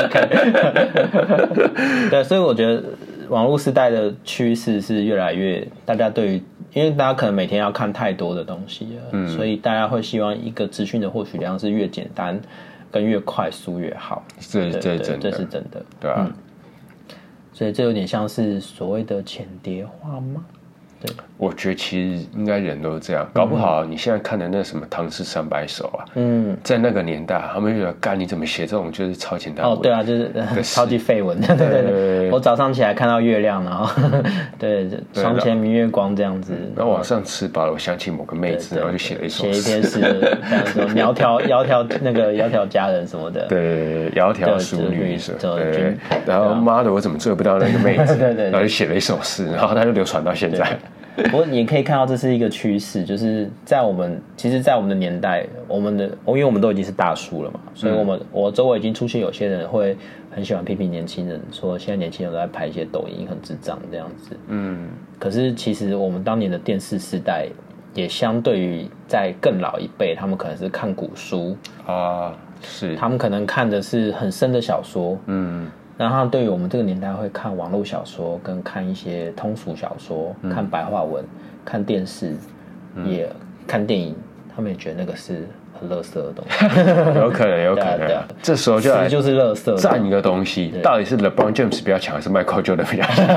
对，所以我觉得网络时代的趋势是越来越，大家对于，因为大家可能每天要看太多的东西了，嗯、所以大家会希望一个资讯的获取量是越简单跟越快速越好。 这这是真的， 这是真的， 对啊。嗯， 所以这有点像是所谓的浅碟化吗？对， 我觉得其实应该人都是这样，搞不好你现在看的那什么《唐诗三百首》啊，嗯，在那个年代，他们就觉得，干你怎么写这种就是超简单的文？ 哦，对啊，就是超级废文。对对对对，我早上起来看到月亮，然后对床前明月光这样子， 然后晚上吃饱了，我想起某个妹子，然后就写了一首诗，写一篇诗，这样说窈窕窈窕那个窈窕佳人什么的， 对，窈窕淑女什么，对，然后妈的，我怎么追不到那个妹子？对对，然后就写了一首诗，然后他就流传到现在。 不过你可以看到这是一个趋势，就是在我们其实，在我们的年代，我们的因为我们都已经是大叔了嘛，所以我们、嗯、我周围已经出现有些人会很喜欢批评年轻人，说现在年轻人都在拍一些抖音很智障这样子。嗯，可是其实我们当年的电视时代， 也相对于在更老一辈，他们可能是看古书啊，是他们可能看的是很深的小说，嗯，然后对于我们这个年代会看网络小说，跟看一些通俗小说，嗯、看白话文，看电视，嗯、也看电影，他们也觉得那个是很垃圾的东西， 有可能，有可能。对啊对啊，这时候就来就是垃圾占一个东西，到底是 LeBron James 比较强，还是 Michael Jordan 比较强？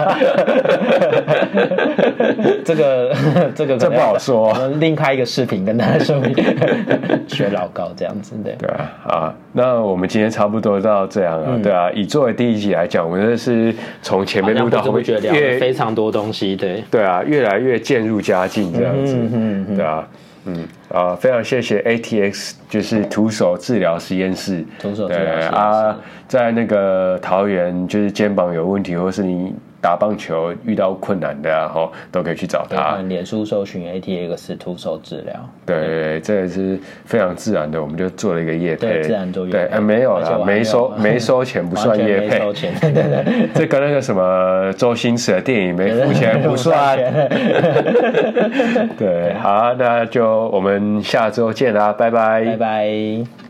这个这个这不好说， 我们另开一个视频跟大家说明，学老高这样子，对对啊啊。那我们今天差不多到这样啊，嗯、对啊。以作为第一集来讲，我们这是从前面录到后面， 越非常多东西，对对啊，越来越渐入佳境这样子，嗯嗯嗯对啊。嗯啊，非常谢谢 A T X， 就是徒手治疗实验室。 徒手治疗实验室啊，在那个桃园，就是肩膀有问题，或是你打棒球遇到困难的啊，吼都可以去找他。 脸书搜寻 A T X 徒手治疗。 对对对，这个是非常自然的，我们就做了一个业配。 对，自然做业配。 对，呃，没有啦，没收没收钱不算业配。 没收钱。对对对， 这跟那个什么周星驰的电影没付钱不算。对，好，那就我们下周见啦，拜拜， 拜拜。